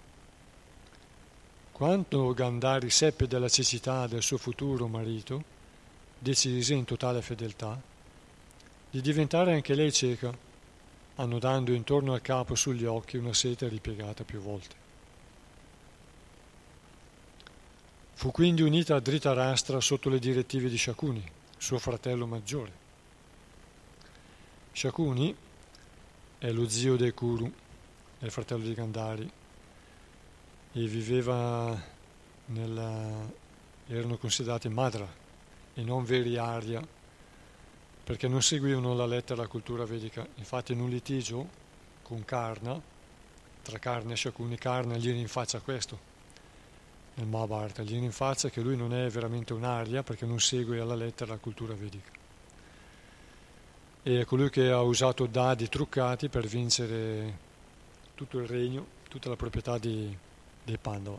Quando Gandhari seppe della cecità del suo futuro marito, decise in totale fedeltà di diventare anche lei cieca, annodando intorno al capo e sugli occhi una seta ripiegata più volte. Fu quindi unita a Dhritarashtra sotto le direttive di Shakuni, suo fratello maggiore. Shakuni è lo zio dei Kuru, è il fratello di Gandhari, e erano considerati Madra e non veri Arya, perché non seguivano la lettera della cultura vedica. Infatti in un litigio con Karna, tra Karna e Shakuni, Karna gli rinfaccia questo, nel Mahabharata, gli rinfaccia che lui non è veramente un Arya perché non segue alla lettera la cultura vedica. E è colui che ha usato dadi truccati per vincere tutto il regno, tutta la proprietà dei Pandava.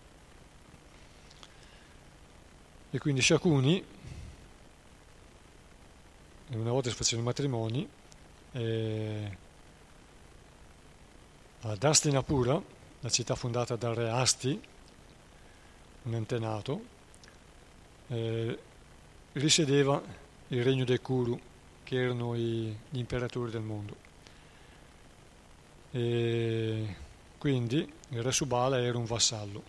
E quindi Shakuni, una volta si facevano i matrimoni, ad Hastinapura, la città fondata dal re Asti, un antenato, risiedeva il regno dei Kuru, che erano gli imperatori del mondo. E quindi il re Subala era un vassallo.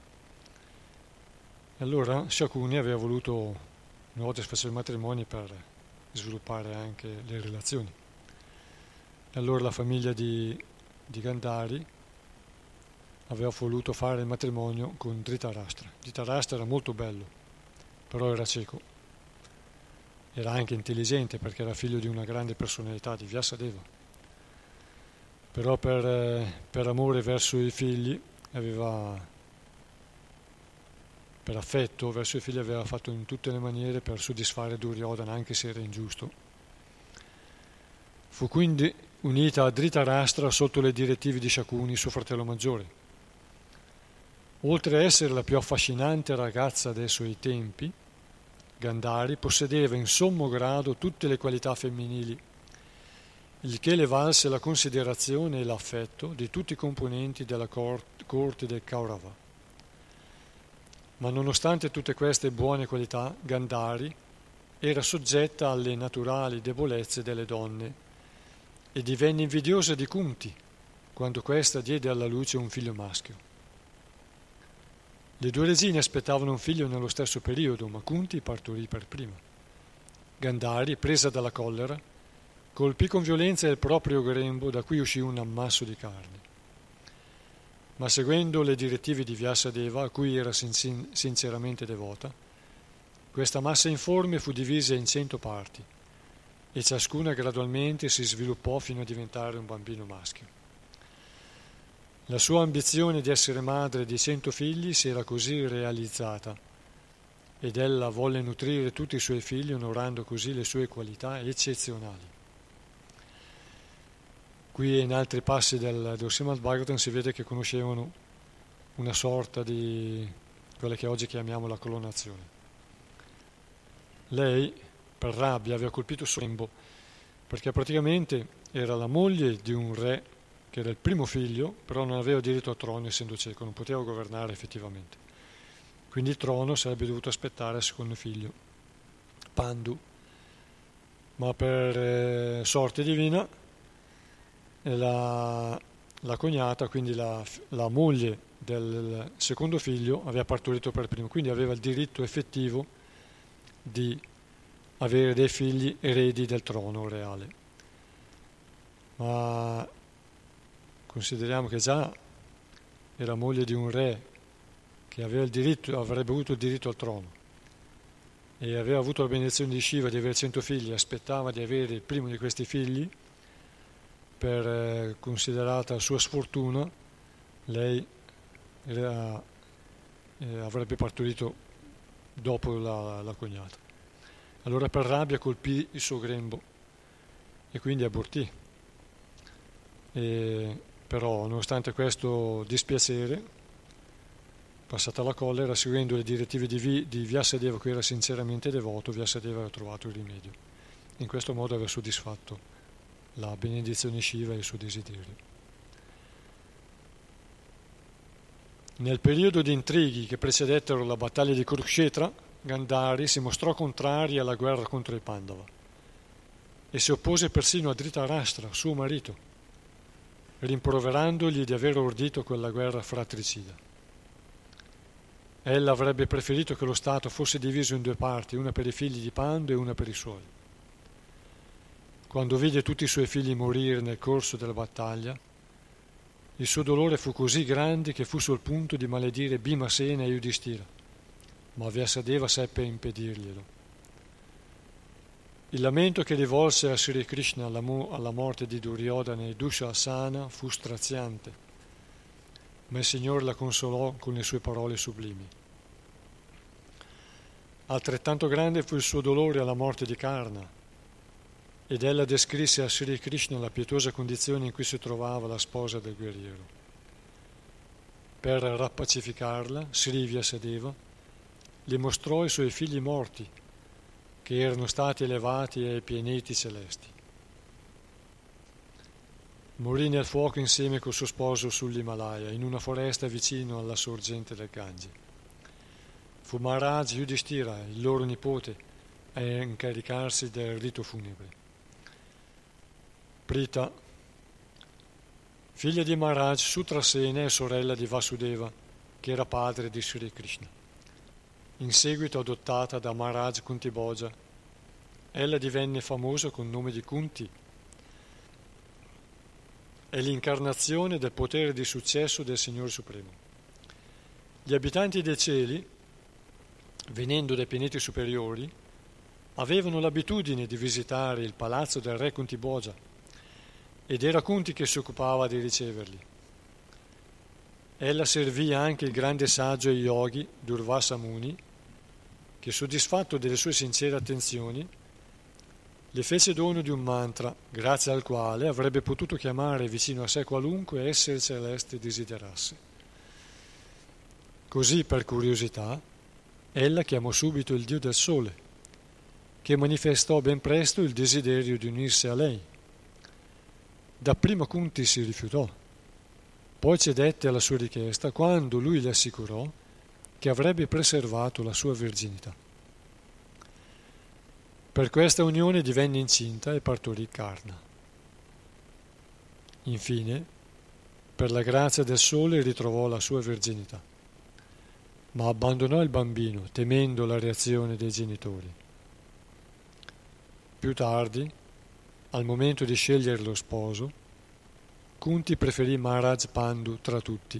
E allora Shakuni aveva voluto, una volta si faceva i matrimoni, per sviluppare anche le relazioni. E allora la famiglia di Gandhari aveva voluto fare il matrimonio con Dhritarashtra. Dhritarashtra era molto bello, però era cieco. Era anche intelligente perché era figlio di una grande personalità, di Vyasadeva. Però per amore verso i figli per affetto verso i figli aveva fatto in tutte le maniere per soddisfare Duryodhana, anche se era ingiusto. Fu quindi unita a Dhritarashtra sotto le direttive di Shakuni, suo fratello maggiore. Oltre a essere la più affascinante ragazza dei suoi tempi, Gandhari possedeva in sommo grado tutte le qualità femminili, il che le valse la considerazione e l'affetto di tutti i componenti della corte del Kaurava. Ma nonostante tutte queste buone qualità, Gandhari era soggetta alle naturali debolezze delle donne e divenne invidiosa di Kunti quando questa diede alla luce un figlio maschio. Le due regine aspettavano un figlio nello stesso periodo, ma Kunti partorì per prima. Gandhari, presa dalla collera, colpì con violenza il proprio grembo, da cui uscì un ammasso di carne. Ma seguendo le direttive di Vyasadeva, a cui era sinceramente devota, questa massa informe fu divisa in 100 parti e ciascuna gradualmente si sviluppò fino a diventare un bambino maschio. La sua ambizione di essere madre di 100 figli si era così realizzata ed ella volle nutrire tutti i suoi figli onorando così le sue qualità eccezionali. Qui in altri passi del Srimad Bhagavatam si vede che conoscevano una sorta di quella che oggi chiamiamo la clonazione. Lei, per rabbia, aveva colpito il suo grembo perché praticamente era la moglie di un re che era il primo figlio, però non aveva diritto al trono essendo cieco, non poteva governare effettivamente. Quindi il trono sarebbe dovuto aspettare al secondo figlio, Pandu. Ma per sorte divina la cognata, quindi la moglie del secondo figlio, aveva partorito per primo, quindi aveva il diritto effettivo di avere dei figli eredi del trono reale. Ma consideriamo che già era moglie di un re che aveva il diritto, avrebbe avuto il diritto al trono e aveva avuto la benedizione di Shiva di avere 100 figli, aspettava di avere il primo di questi figli. Per considerata sua sfortuna, lei avrebbe partorito dopo la cognata. Allora per rabbia colpì il suo grembo e quindi abortì. Però nonostante questo dispiacere, passata la collera, seguendo le direttive di Vyasadeva, cui era sinceramente devoto, Vyasadeva aveva trovato il rimedio. In questo modo aveva soddisfatto la benedizione Shiva e il suo desiderio. Nel periodo di intrighi che precedettero la battaglia di Kurukshetra, Gandhari si mostrò contraria alla guerra contro i Pandava e si oppose persino a Dhritarashtra, suo marito, rimproverandogli di aver ordito quella guerra fratricida. Ella avrebbe preferito che lo Stato fosse diviso in due parti, una per i figli di Pandu e una per i suoi. Quando vide tutti i suoi figli morire nel corso della battaglia, il suo dolore fu così grande che fu sul punto di maledire Bhimasena e Yudhishthira, ma Vyasadeva seppe impedirglielo. Il lamento che rivolse a Sri Krishna alla morte di Duryodhana e Dushasana fu straziante, ma il Signore la consolò con le sue parole sublimi. Altrettanto grande fu il suo dolore alla morte di Karna, ed ella descrisse a Sri Krishna la pietosa condizione in cui si trovava la sposa del guerriero. Per rappacificarla, Sri Vyasadeva le mostrò i suoi figli morti, che erano stati elevati ai pianeti celesti. Morì nel fuoco insieme col suo sposo sull'Himalaya, in una foresta vicino alla sorgente del Gange. Fu Maharaj Yudhishthira, il loro nipote, a incaricarsi del rito funebre. Prita, figlia di Maharaj Sutrasena e sorella di Vasudeva, che era padre di Sri Krishna. In seguito adottata da Maharaj Kuntibhoja, ella divenne famosa col nome di Kunti. È l'incarnazione del potere di successo del Signore Supremo. Gli abitanti dei cieli, venendo dai pianeti superiori, avevano l'abitudine di visitare il palazzo del re Kuntibhoja ed era Kunti che si occupava di riceverli. Ella servì anche il grande saggio e yogi Durvasa Muni, che soddisfatto delle sue sincere attenzioni le fece dono di un mantra, grazie al quale avrebbe potuto chiamare vicino a sé qualunque essere celeste desiderasse. Così, per curiosità, ella chiamò subito il dio del sole, che manifestò ben presto il desiderio di unirsi a lei. Dapprima Kunti si rifiutò, poi cedette alla sua richiesta quando lui le assicurò che avrebbe preservato la sua verginità. Per questa unione divenne incinta e partorì Karna. Infine, per la grazia del sole ritrovò la sua verginità, ma abbandonò il bambino temendo la reazione dei genitori. Più tardi, al momento di scegliere lo sposo, Kunti preferì Maharaj Pandu fra tutti.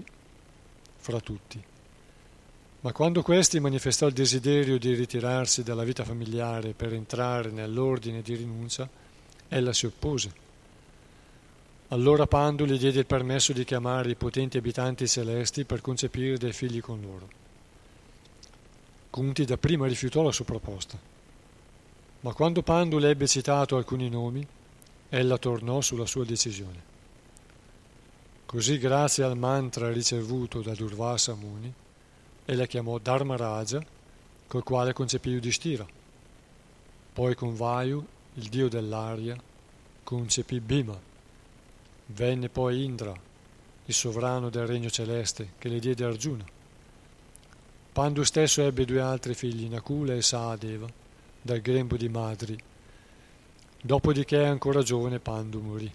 Ma quando questi manifestò il desiderio di ritirarsi dalla vita familiare per entrare nell'ordine di rinuncia, ella si oppose. Allora Pandu gli diede il permesso di chiamare i potenti abitanti celesti per concepire dei figli con loro. Kunti dapprima rifiutò la sua proposta, ma quando Pandu le ebbe citato alcuni nomi, ella tornò sulla sua decisione. Così, grazie al mantra ricevuto da Durvasa Muni, ella chiamò Dharmaraja, col quale concepì Yudhishthira. Poi con Vayu, il dio dell'aria, concepì Bhima. Venne poi Indra, il sovrano del regno celeste, che le diede Arjuna. Pandu stesso ebbe 2 altri figli, Nakula e Sahadeva, dal grembo di Madri. Dopodiché, ancora giovane, Pandu morì.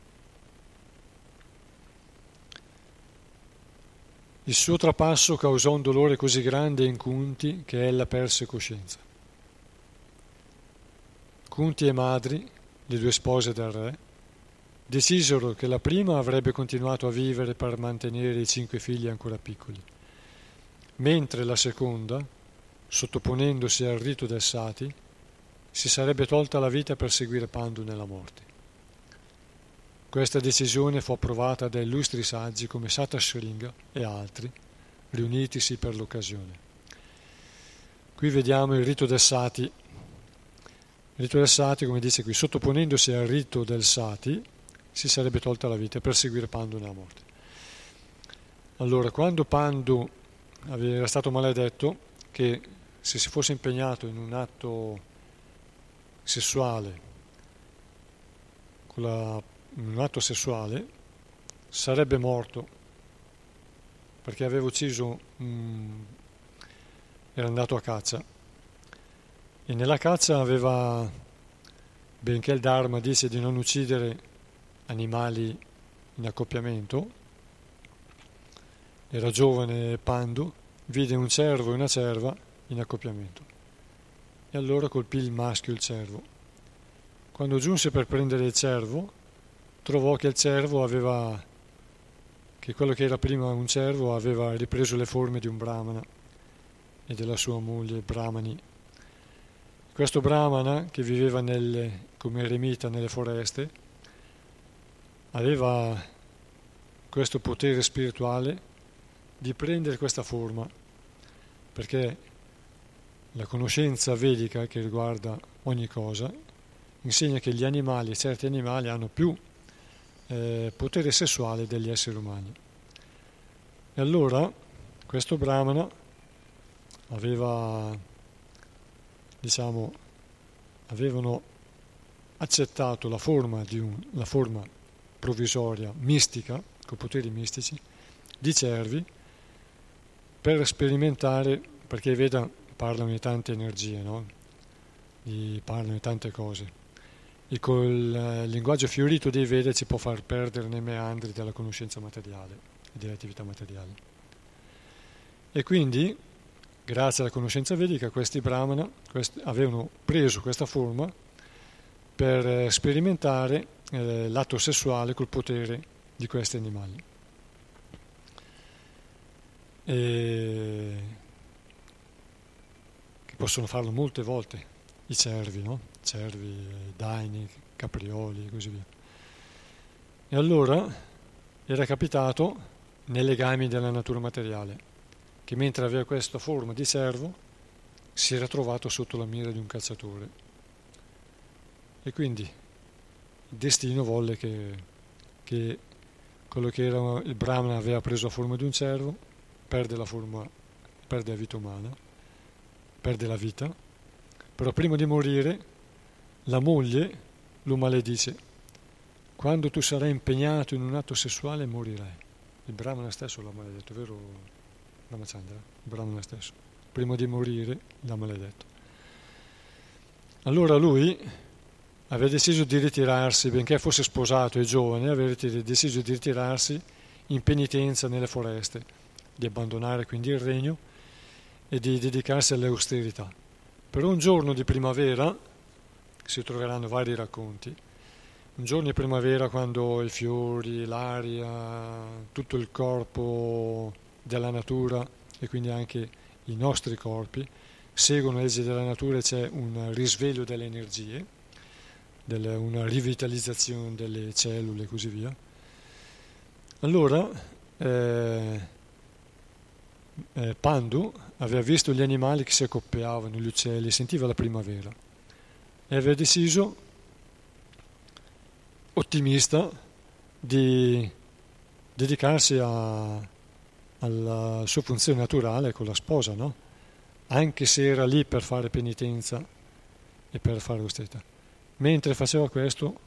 Il suo trapasso causò un dolore così grande in Kunti che ella perse coscienza. Kunti e Madri, le 2 spose del re, decisero che la prima avrebbe continuato a vivere per mantenere i 5 figli ancora piccoli, mentre la seconda, sottoponendosi al rito del Sati, si sarebbe tolta la vita per seguire Pandu nella morte. Questa decisione fu approvata da illustri saggi come Satasringa e altri, riunitisi per l'occasione. Qui vediamo il rito del Sati. Il rito del Sati, come dice qui, sottoponendosi al rito del Sati, si sarebbe tolta la vita per seguire Pandu nella morte. Allora, quando Pandu era stato maledetto, che se si fosse impegnato in un atto sessuale, sarebbe morto, perché aveva ucciso, era andato a caccia, e nella caccia aveva, benché il Dharma dice di non uccidere animali in accoppiamento, era giovane Pandu, vide un cervo e una cerva in accoppiamento, e allora colpì il maschio il cervo. Quando giunse per prendere il cervo, trovò che il cervo che quello che era prima un cervo aveva ripreso le forme di un brahmana e della sua moglie Brahmani. Questo brahmana, che viveva come eremita nelle foreste, aveva questo potere spirituale di prendere questa forma, perché la conoscenza vedica che riguarda ogni cosa insegna che gli animali, certi animali, hanno più potere sessuale degli esseri umani. E allora questo brahmana avevano accettato la forma provvisoria, mistica, con poteri mistici, di cervi, per sperimentare, perché i Veda parlano di tante energie, no? Parlano di tante cose. E col linguaggio fiorito dei Veda ci può far perdere nei meandri della conoscenza materiale e delle attività materiali. E quindi, grazie alla conoscenza vedica, questi brahmana avevano preso questa forma per sperimentare l'atto sessuale col potere di questi animali. Che possono farlo molte volte i cervi, no? Cervi, daini, caprioli e così via. E allora era capitato nei legami della natura materiale che mentre aveva questa forma di cervo si era trovato sotto la mira di un cacciatore, E quindi il destino volle che quello che era il Brahmana aveva preso la forma di un cervo, perde la vita umana, perde la vita, però prima di morire la moglie lo maledice: quando tu sarai impegnato in un atto sessuale morirai. Il Brahmana stesso l'ha maledetto, vero Ramachandra? Il Brahmana stesso, prima di morire l'ha maledetto. Allora lui aveva deciso di ritirarsi, benché fosse sposato e giovane, aveva deciso di ritirarsi in penitenza nelle foreste, di abbandonare quindi il regno e di dedicarsi alle austerità. Per un giorno di primavera, si troveranno vari racconti, un giorno di primavera quando i fiori, l'aria, tutto il corpo della natura e quindi anche i nostri corpi seguono le leggi della natura, c'è un risveglio delle energie, una rivitalizzazione delle cellule e così via. Allora Pandu aveva visto gli animali che si accoppiavano, gli uccelli, sentiva la primavera e aveva deciso, ottimista, di dedicarsi alla sua funzione naturale con la sposa, no? Anche se era lì per fare penitenza e per fare austerità. Mentre faceva questo,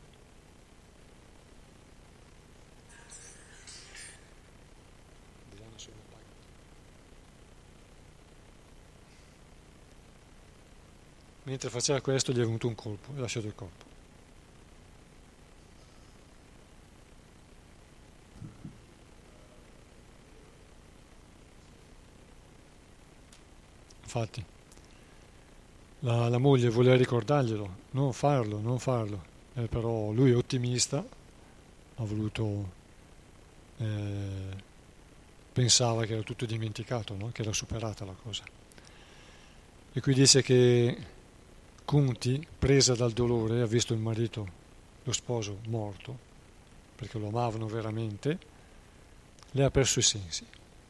gli è venuto un colpo e ha lasciato il corpo. Infatti la moglie voleva ricordarglielo, non farlo, però lui è ottimista, ha voluto, pensava che era tutto dimenticato, no? Che era superata la cosa. E qui dice che Kunti, presa dal dolore, ha visto il marito, lo sposo, morto, perché lo amavano veramente, le ha perso i sensi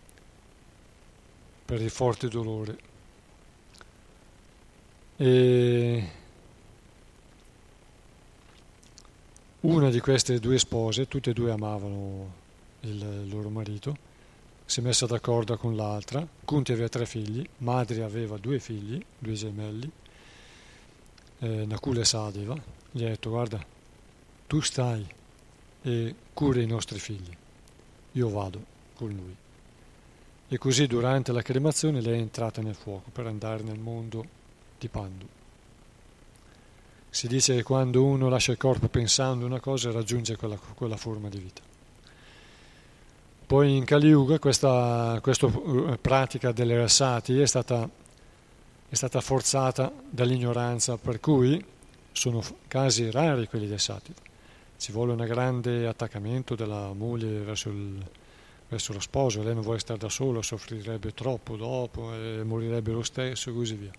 per il forte dolore. E una di queste due spose, tutte e due amavano il loro marito, si è messa d'accordo con l'altra. Kunti aveva 3 figli, Madri aveva 2 figli, 2 gemelli, Nakula e Sadeva. Gli ha detto: guarda, tu stai e cura i nostri figli, io vado con lui. E così durante la cremazione lei è entrata nel fuoco per andare nel mondo di Pandu. Si dice che quando uno lascia il corpo pensando una cosa raggiunge quella forma di vita. Poi in Kali Yuga questa pratica delle rasati è stata forzata dall'ignoranza, per cui sono casi rari quelli dei sati. Ci vuole un grande attaccamento della moglie verso lo sposo, lei non vuole stare da sola, soffrirebbe troppo dopo e morirebbe lo stesso e così via.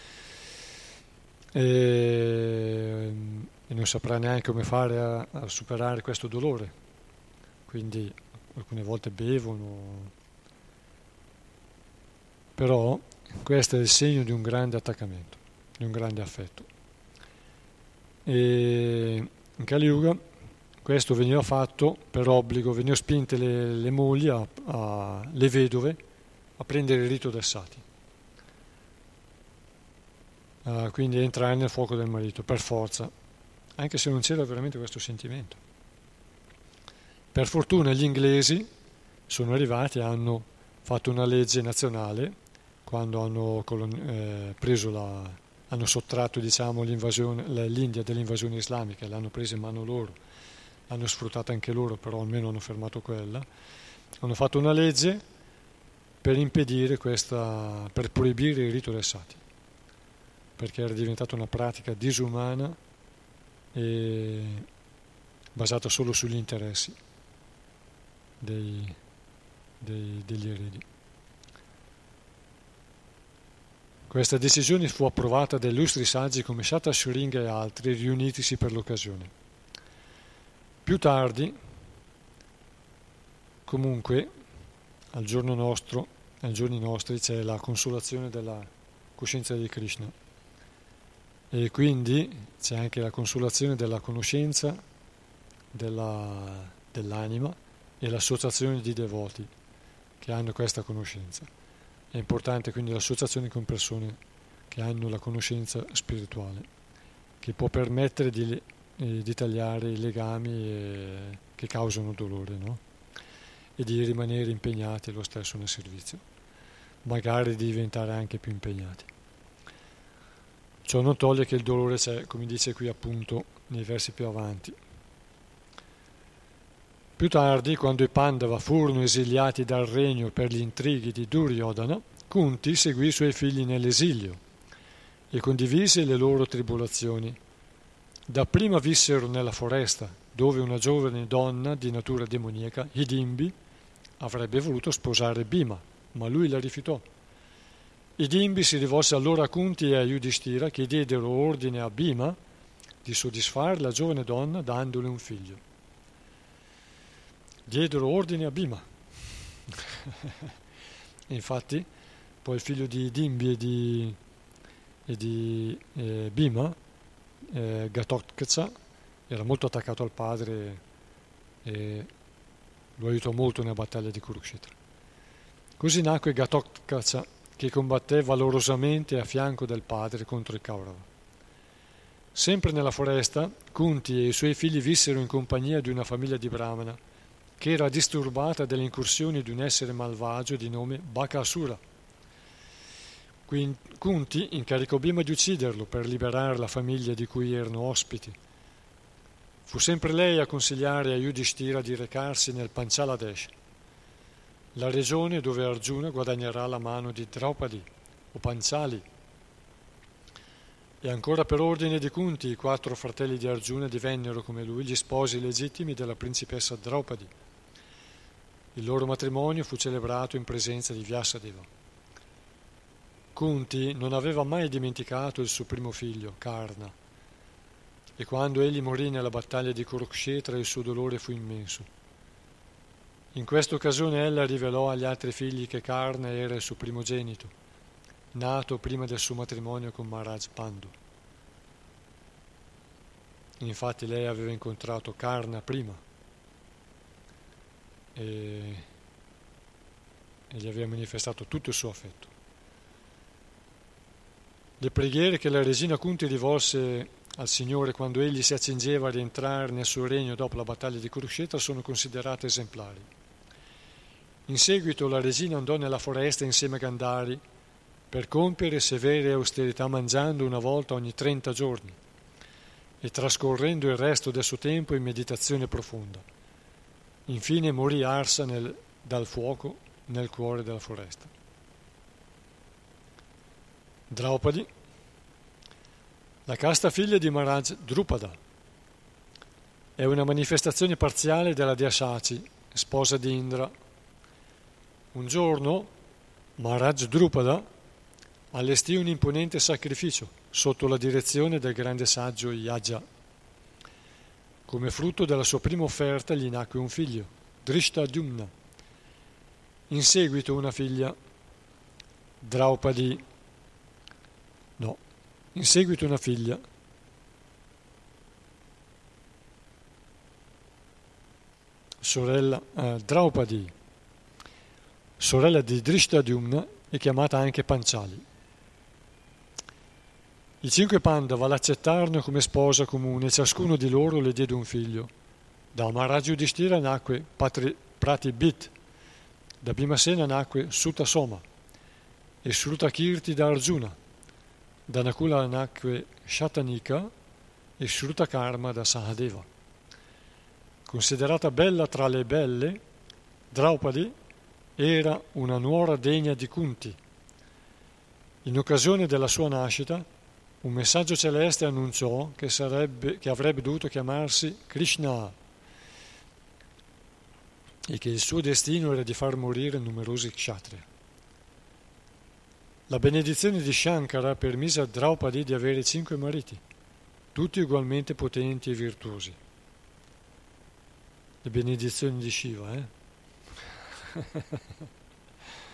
E non saprà neanche come fare a superare questo dolore, quindi alcune volte bevono, però questo è il segno di un grande attaccamento, di un grande affetto. E in Kali Yuga questo veniva fatto per obbligo, venivano spinte le mogli, le vedove, a prendere il rito del sati. Quindi entrare nel fuoco del marito per forza, anche se non c'era veramente questo sentimento. Per fortuna gli inglesi sono arrivati e hanno fatto una legge nazionale quando hanno hanno sottratto, diciamo, l'India dell'invasione islamica, l'hanno presa in mano loro, l'hanno sfruttata anche loro, però almeno hanno fermato quella. Hanno fatto una legge per impedire per proibire il rito del sati, perché era diventata una pratica disumana e basata solo sugli interessi degli eredi. Questa decisione fu approvata da illustri saggi come Shata Shringa e altri riunitisi per l'occasione. Più tardi, comunque, ai giorni nostri c'è la consolazione della coscienza di Krishna. E quindi c'è anche la consolazione della conoscenza dell'anima e l'associazione di devoti che hanno questa conoscenza. È importante quindi l'associazione con persone che hanno la conoscenza spirituale, che può permettere di tagliare i legami che causano dolore, no? E di rimanere impegnati lo stesso nel servizio, magari di diventare anche più impegnati. Ciò non toglie che il dolore c'è, come dice qui appunto nei versi più avanti. Più tardi, quando i Pandava furono esiliati dal regno per gli intrighi di Duryodhana, Kunti seguì i suoi figli nell'esilio e condivise le loro tribolazioni. Dapprima vissero nella foresta, dove una giovane donna di natura demoniaca, Hidimbi, avrebbe voluto sposare Bhima, ma lui la rifiutò. Hidimbi si rivolse allora a Kunti e a Yudhishthira, che diedero ordine a Bhima di soddisfare la giovane donna dandole un figlio. Diedero ordine a Bhima. Infatti, poi il figlio di Hidimbi e di Bhima, Ghatotkacha, era molto attaccato al padre e lo aiutò molto nella battaglia di Kurukshetra. Così nacque Ghatotkacha, che combatté valorosamente a fianco del padre contro i Kaurava. Sempre nella foresta, Kunti e i suoi figli vissero in compagnia di una famiglia di Brahmana che era disturbata dalle incursioni di un essere malvagio di nome Bakasura. Kunti incaricò Bhima di ucciderlo per liberare la famiglia di cui erano ospiti. Fu sempre lei a consigliare a Yudhishthira di recarsi nel Panchala Desh, la regione dove Arjuna guadagnerà la mano di Draupadi o Panchali. E ancora per ordine di Kunti, i 4 fratelli di Arjuna divennero come lui gli sposi legittimi della principessa Draupadi. Il loro matrimonio fu celebrato in presenza di Vyasadeva. Kunti non aveva mai dimenticato il suo primo figlio, Karna, e quando egli morì nella battaglia di Kurukshetra il suo dolore fu immenso. In questa occasione ella rivelò agli altri figli che Karna era il suo primogenito, nato prima del suo matrimonio con Maharaj Pandu. Infatti lei aveva incontrato Karna prima e gli aveva manifestato tutto il suo affetto. Le preghiere che la regina Kunti rivolse al Signore quando egli si accingeva a rientrare nel suo regno dopo la battaglia di Kurukshetra sono considerate esemplari. In seguito la regina andò nella foresta insieme a Gandhari per compiere severe austerità mangiando una volta ogni 30 giorni e trascorrendo il resto del suo tempo in meditazione profonda. Infine morì arsa dal fuoco nel cuore della foresta. Draupadi, la casta figlia di Maharaj Drupada, è una manifestazione parziale della dea Shachi, sposa di Indra. Un giorno Maharaj Drupada allestì un imponente sacrificio sotto la direzione del grande saggio Yaja. Come frutto della sua prima offerta gli nacque un figlio, Drishtadyumna. In seguito una figlia, Draupadi. In seguito una figlia, Draupadi, sorella di Drishtadyumna, è chiamata anche Panchali. I 5 Pandava l'accettarono come sposa comune e ciascuno di loro le diede un figlio. Da Maharaj Yudhishthira nacque Pratibhit, da Bhimasena nacque Sutasoma e Shrutakirti da Arjuna, da Nakula nacque Shatanika e Shrutakarma da Sahadeva. Considerata bella tra le belle, Draupadi era una nuora degna di Kunti. In occasione della sua nascita, un messaggio celeste annunciò che avrebbe dovuto chiamarsi Krishna e che il suo destino era di far morire numerosi kshatriya. La benedizione di Shankara permise a Draupadi di avere 5 mariti, tutti ugualmente potenti e virtuosi. Le benedizioni di Shiva,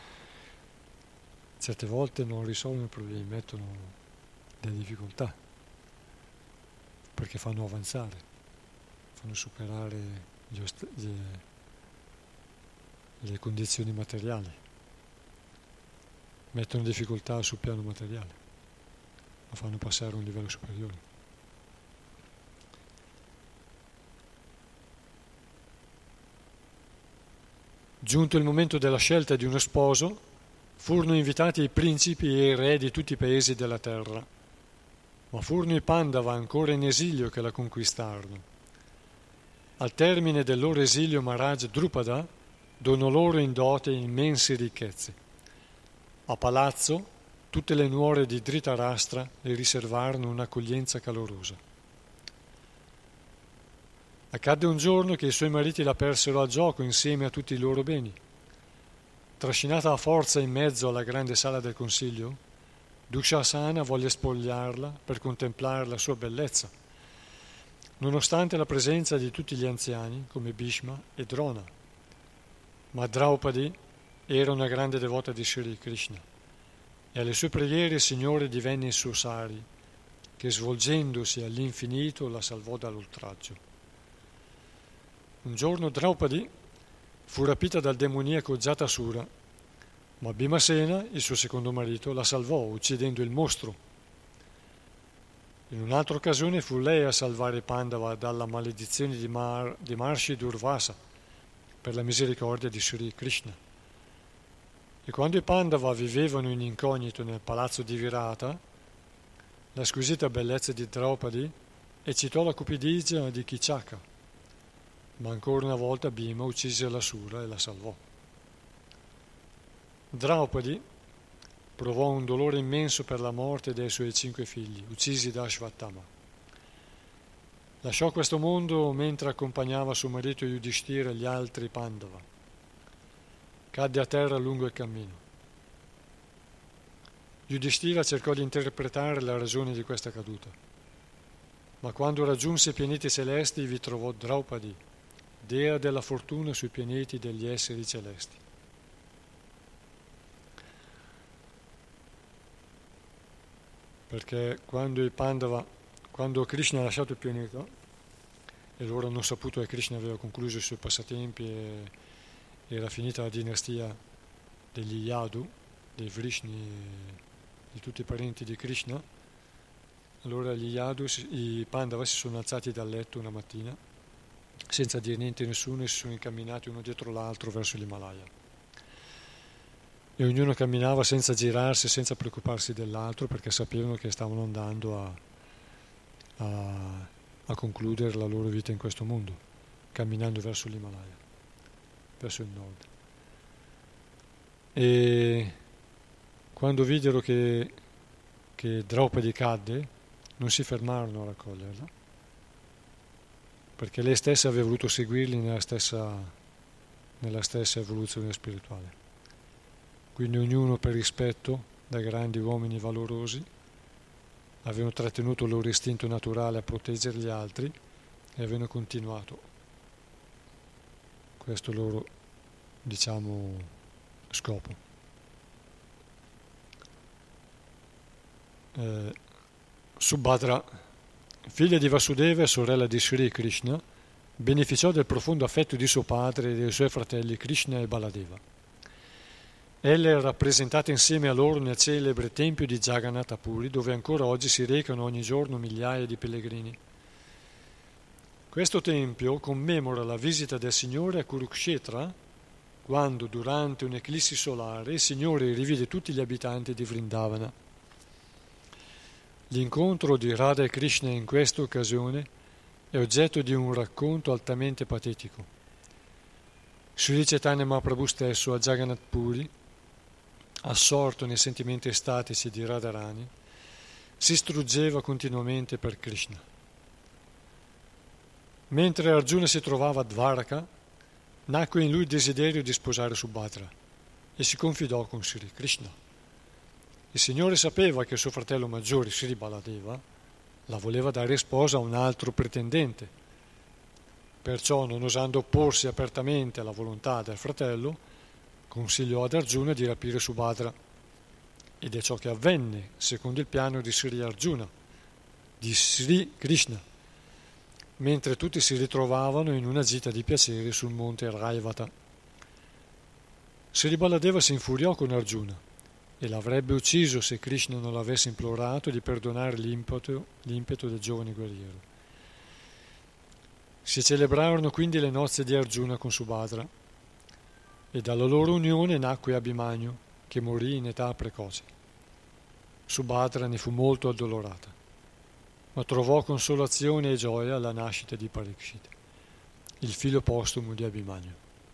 Certe volte non risolvono i problemi, mettono delle difficoltà. perché fanno avanzare, fanno superare le condizioni materiali, mettono difficoltà sul piano materiale, lo fanno passare a un livello superiore. Giunto il momento della scelta di uno sposo, furono invitati i principi e i re di tutti i paesi della terra, ma furono i Pandava ancora in esilio che la conquistarono. Al termine del loro esilio Maharaj Drupada donò loro in dote immense ricchezze. A palazzo tutte le nuore di Dhritarashtra le riservarono un'accoglienza calorosa. Accadde un giorno che i suoi mariti la persero al gioco insieme a tutti i loro beni. Trascinata a forza in mezzo alla grande sala del consiglio, Dushasana volle spogliarla per contemplare la sua bellezza, nonostante la presenza di tutti gli anziani come Bhishma e Drona. Ma Draupadi era una grande devota di Sri Krishna e alle sue preghiere il Signore divenne il suo sari, che svolgendosi all'infinito la salvò dall'oltraggio. Un giorno Draupadi fu rapita dal demoniaco Jatasura, ma Bhimasena, il suo secondo marito, la salvò uccidendo il mostro. In un'altra occasione fu lei a salvare Pandava dalla maledizione di Maharishi Durvasa per la misericordia di Sri Krishna. E quando i Pandava vivevano in incognito nel palazzo di Virata, la squisita bellezza di Draupadi eccitò la cupidigia di Kichaka, ma ancora una volta Bhima uccise l'Asura e la salvò. Draupadi provò un dolore immenso per la morte dei suoi 5 figli, uccisi da Ashvatthama. Lasciò questo mondo mentre accompagnava suo marito Yudhishthira e gli altri Pandava. Cadde a terra lungo il cammino. Yudhishthira cercò di interpretare la ragione di questa caduta, ma quando raggiunse i pianeti celesti vi trovò Draupadi, dea della fortuna sui pianeti degli esseri celesti. Perché quando Krishna ha lasciato il pianeta e loro hanno saputo che Krishna aveva concluso i suoi passatempi e era finita la dinastia degli Yadu, dei Vrishni e di tutti i parenti di Krishna, allora i Pandava si sono alzati dal letto una mattina senza dire niente a nessuno e si sono incamminati uno dietro l'altro verso l'Himalaya. E ognuno camminava senza girarsi, senza preoccuparsi dell'altro, perché sapevano che stavano andando a concludere la loro vita in questo mondo, camminando verso l'Himalaya, verso il nord. E quando videro che Draupadi cadde, non si fermarono a raccoglierla, perché lei stessa aveva voluto seguirli nella stessa evoluzione spirituale. Quindi ognuno, per rispetto da grandi uomini valorosi, avevano trattenuto il loro istinto naturale a proteggere gli altri e avevano continuato questo loro, scopo. Subhadra, figlia di Vasudeva e sorella di Sri Krishna, beneficiò del profondo affetto di suo padre e dei suoi fratelli Krishna e Baladeva. Ella è rappresentata insieme a loro nel celebre tempio di Jagannath Puri, dove ancora oggi si recano ogni giorno migliaia di pellegrini. Questo tempio commemora la visita del Signore a Kurukshetra, quando durante un'eclissi solare il Signore rivide tutti gli abitanti di Vrindavana. L'incontro di Radha e Krishna in questa occasione è oggetto di un racconto altamente patetico. Sri Chaitanya Mahaprabhu stesso a Jagannath Puri, assorto nei sentimenti estatici di Radharani, si struggeva continuamente per Krishna. Mentre Arjuna si trovava a Dvaraka, nacque in lui il desiderio di sposare Subhadra e si confidò con Sri Krishna. Il Signore sapeva che suo fratello maggiore, Sri Baladeva, la voleva dare sposa a un altro pretendente. Perciò, non osando opporsi apertamente alla volontà del fratello, consigliò ad Arjuna di rapire Subhadra. Ed è ciò che avvenne, secondo il piano di Sri Arjuna, di Sri Krishna, mentre tutti si ritrovavano in una gita di piacere sul monte Raivata. Sri Baladeva si infuriò con Arjuna e l'avrebbe ucciso se Krishna non l'avesse implorato di perdonare l'impeto del giovane guerriero. Si celebrarono quindi le nozze di Arjuna con Subhadra e dalla loro unione nacque Abhimanyu, che morì in età precoce. Subhadra ne fu molto addolorata, ma trovò consolazione e gioia alla nascita di Parikshit, il figlio postumo di Abhimanyu.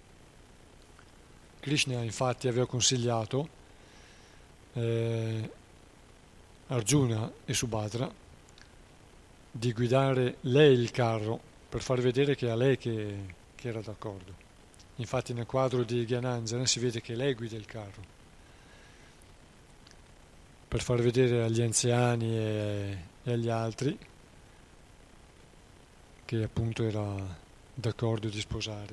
Krishna infatti aveva consigliato Arjuna e Subhadra di guidare lei il carro per far vedere che è a lei che era d'accordo. Infatti nel quadro di Gyananjana si vede che lei guida il carro, per far vedere agli anziani e agli altri che appunto era d'accordo di sposare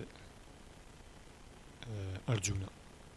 Arjuna.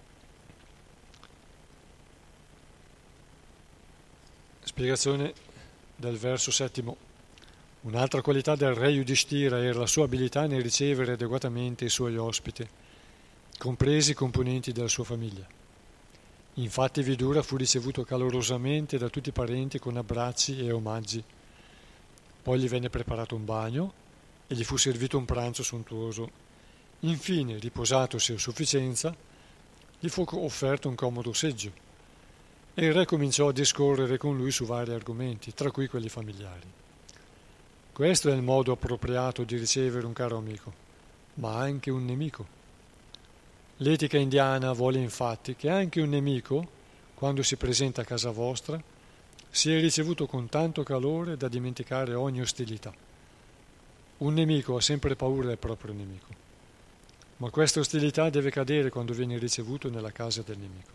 Spiegazione del verso 7. Un'altra qualità del re Yudhishthira era la sua abilità nel ricevere adeguatamente i suoi ospiti, compresi i componenti della sua famiglia. Infatti Vidura fu ricevuto calorosamente da tutti i parenti con abbracci e omaggi. Poi gli venne preparato un bagno e gli fu servito un pranzo sontuoso. Infine, riposatosi a sufficienza, gli fu offerto un comodo seggio e il re cominciò a discorrere con lui su vari argomenti, tra cui quelli familiari. Questo è il modo appropriato di ricevere un caro amico, ma anche un nemico. L'etica indiana vuole infatti che anche un nemico, quando si presenta a casa vostra, sia ricevuto con tanto calore da dimenticare ogni ostilità. Un nemico ha sempre paura del proprio nemico, ma questa ostilità deve cadere quando viene ricevuto nella casa del nemico.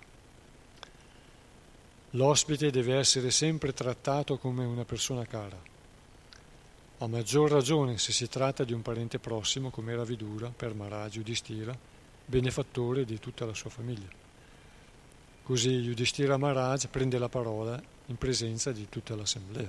L'ospite deve essere sempre trattato come una persona cara. A maggior ragione se si tratta di un parente prossimo come era Vidura per Maharaj Yudhishthira, benefattore di tutta la sua famiglia. Così Yudhishthira Maharaj prende la parola in presenza di tutta l'assemblea.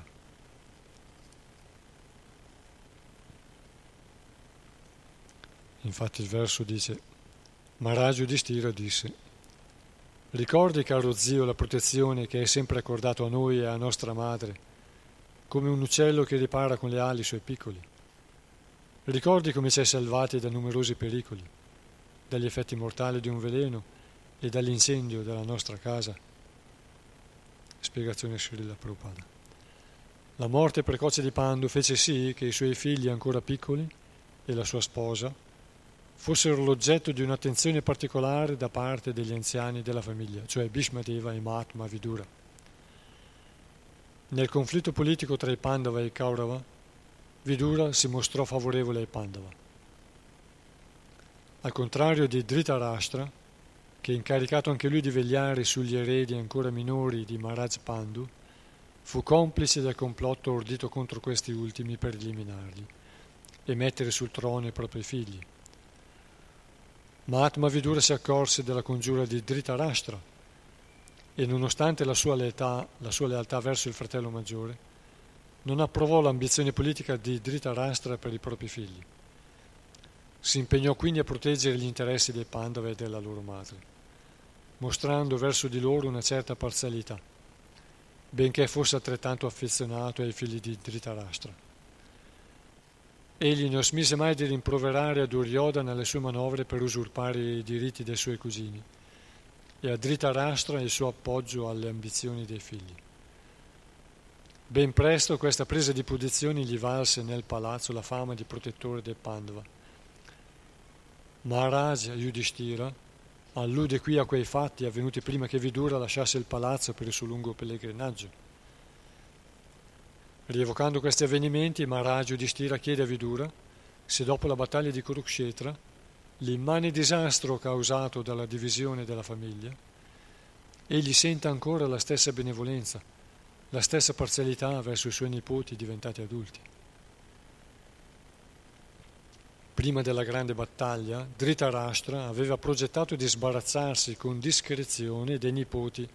Infatti il verso dice: Maharaj Yudhishthira disse: ricordi, caro zio, la protezione che hai sempre accordato a noi e a nostra madre, come un uccello che ripara con le ali i suoi piccoli. Ricordi come ci hai salvati da numerosi pericoli, dagli effetti mortali di un veleno e dall'incendio della nostra casa. Spiegazione Srila Prabhupada. La morte precoce di Pandu fece sì che i suoi figli ancora piccoli e la sua sposa fossero l'oggetto di un'attenzione particolare da parte degli anziani della famiglia, cioè Bhishma Deva e Mahatma Vidura. Nel conflitto politico tra i Pandava e i Kaurava, Vidura si mostrò favorevole ai Pandava. Al contrario di Dhritarashtra, che incaricato anche lui di vegliare sugli eredi ancora minori di Maharaj Pandu, fu complice del complotto ordito contro questi ultimi per eliminarli e mettere sul trono i propri figli. Mahatma Vidura si accorse della congiura di Dhritarashtra e, nonostante la sua lealtà verso il fratello maggiore, non approvò l'ambizione politica di Dhritarashtra per i propri figli. Si impegnò quindi a proteggere gli interessi dei Pandava e della loro madre, mostrando verso di loro una certa parzialità, benché fosse altrettanto affezionato ai figli di Dhritarashtra. Egli non smise mai di rimproverare a Duryodhana le sue manovre per usurpare i diritti dei suoi cugini e a Dhritarashtra il suo appoggio alle ambizioni dei figli. Ben presto questa presa di posizione gli valse nel palazzo la fama di protettore dei Pandava. Maharaj Yudhishthira allude qui a quei fatti avvenuti prima che Vidura lasciasse il palazzo per il suo lungo pellegrinaggio. Rievocando questi avvenimenti, Maharaj Yudhishthira chiede a Vidura se dopo la battaglia di Kurukshetra, l'immane disastro causato dalla divisione della famiglia, egli senta ancora la stessa benevolenza, la stessa parzialità verso i suoi nipoti diventati adulti. Prima della grande battaglia, Dhritarashtra aveva progettato di sbarazzarsi con discrezione dei nipoti,